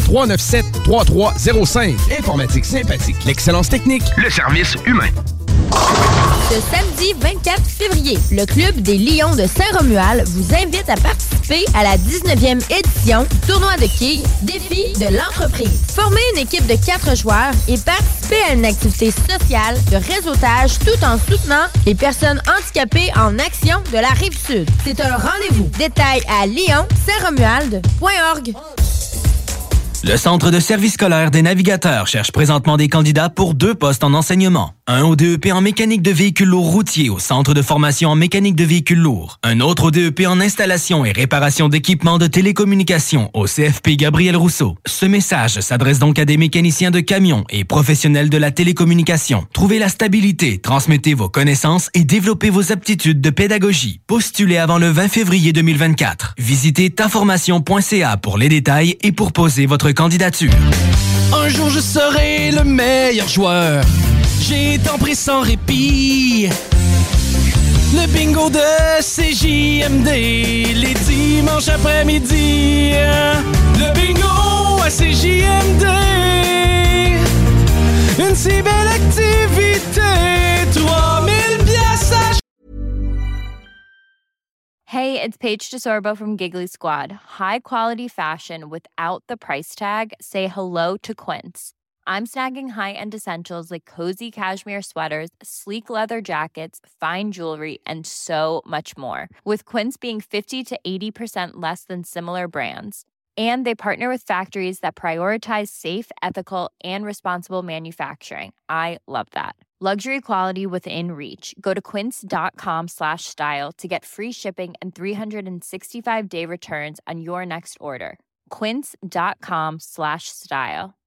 581-397-3305. Informatique Sympathique, l'excellence technique, le service humain. Ce samedi 24 février, le Club des Lions de Saint-Romuald vous invite à participer à la 19e édition du tournoi de quilles Défi de l'entreprise. Formez une équipe de 4 joueurs et participez à une activité sociale de réseautage tout en soutenant les personnes handicapées en action de la Rive-Sud. C'est un rendez-vous. Détails à lyon-saint-romuald.org. Le Centre de service scolaire des navigateurs cherche présentement des candidats pour 2 postes en enseignement. Un au DEP en mécanique de véhicules lourds routiers au Centre de formation en mécanique de véhicules lourds. Un autre au DEP en installation et réparation d'équipements de télécommunications au CFP Gabriel Rousseau. Ce message s'adresse donc à des mécaniciens de camions et professionnels de la télécommunication. Trouvez la stabilité, transmettez vos connaissances et développez vos aptitudes de pédagogie. Postulez avant le 20 février 2024. Visitez taformation.ca pour les détails et pour poser votre candidature. Un jour je serai le meilleur joueur. J'ai tant pris sans répit. Le bingo de CJMD, les dimanches après-midi. Le bingo à CJMD, une si belle activité. 3000 piastres à... Hey, it's Paige DeSorbo from Giggly Squad. High quality fashion without the price tag. Say hello to Quince. I'm snagging high-end essentials like cozy cashmere sweaters, sleek leather jackets, fine jewelry, and so much more. With Quince being 50 to 80% less than similar brands. And they partner with factories that prioritize safe, ethical, and responsible manufacturing. I love that. Luxury quality within reach. Go to quince.com/style to get free shipping and 365-day returns on your next order. Quince.com/style.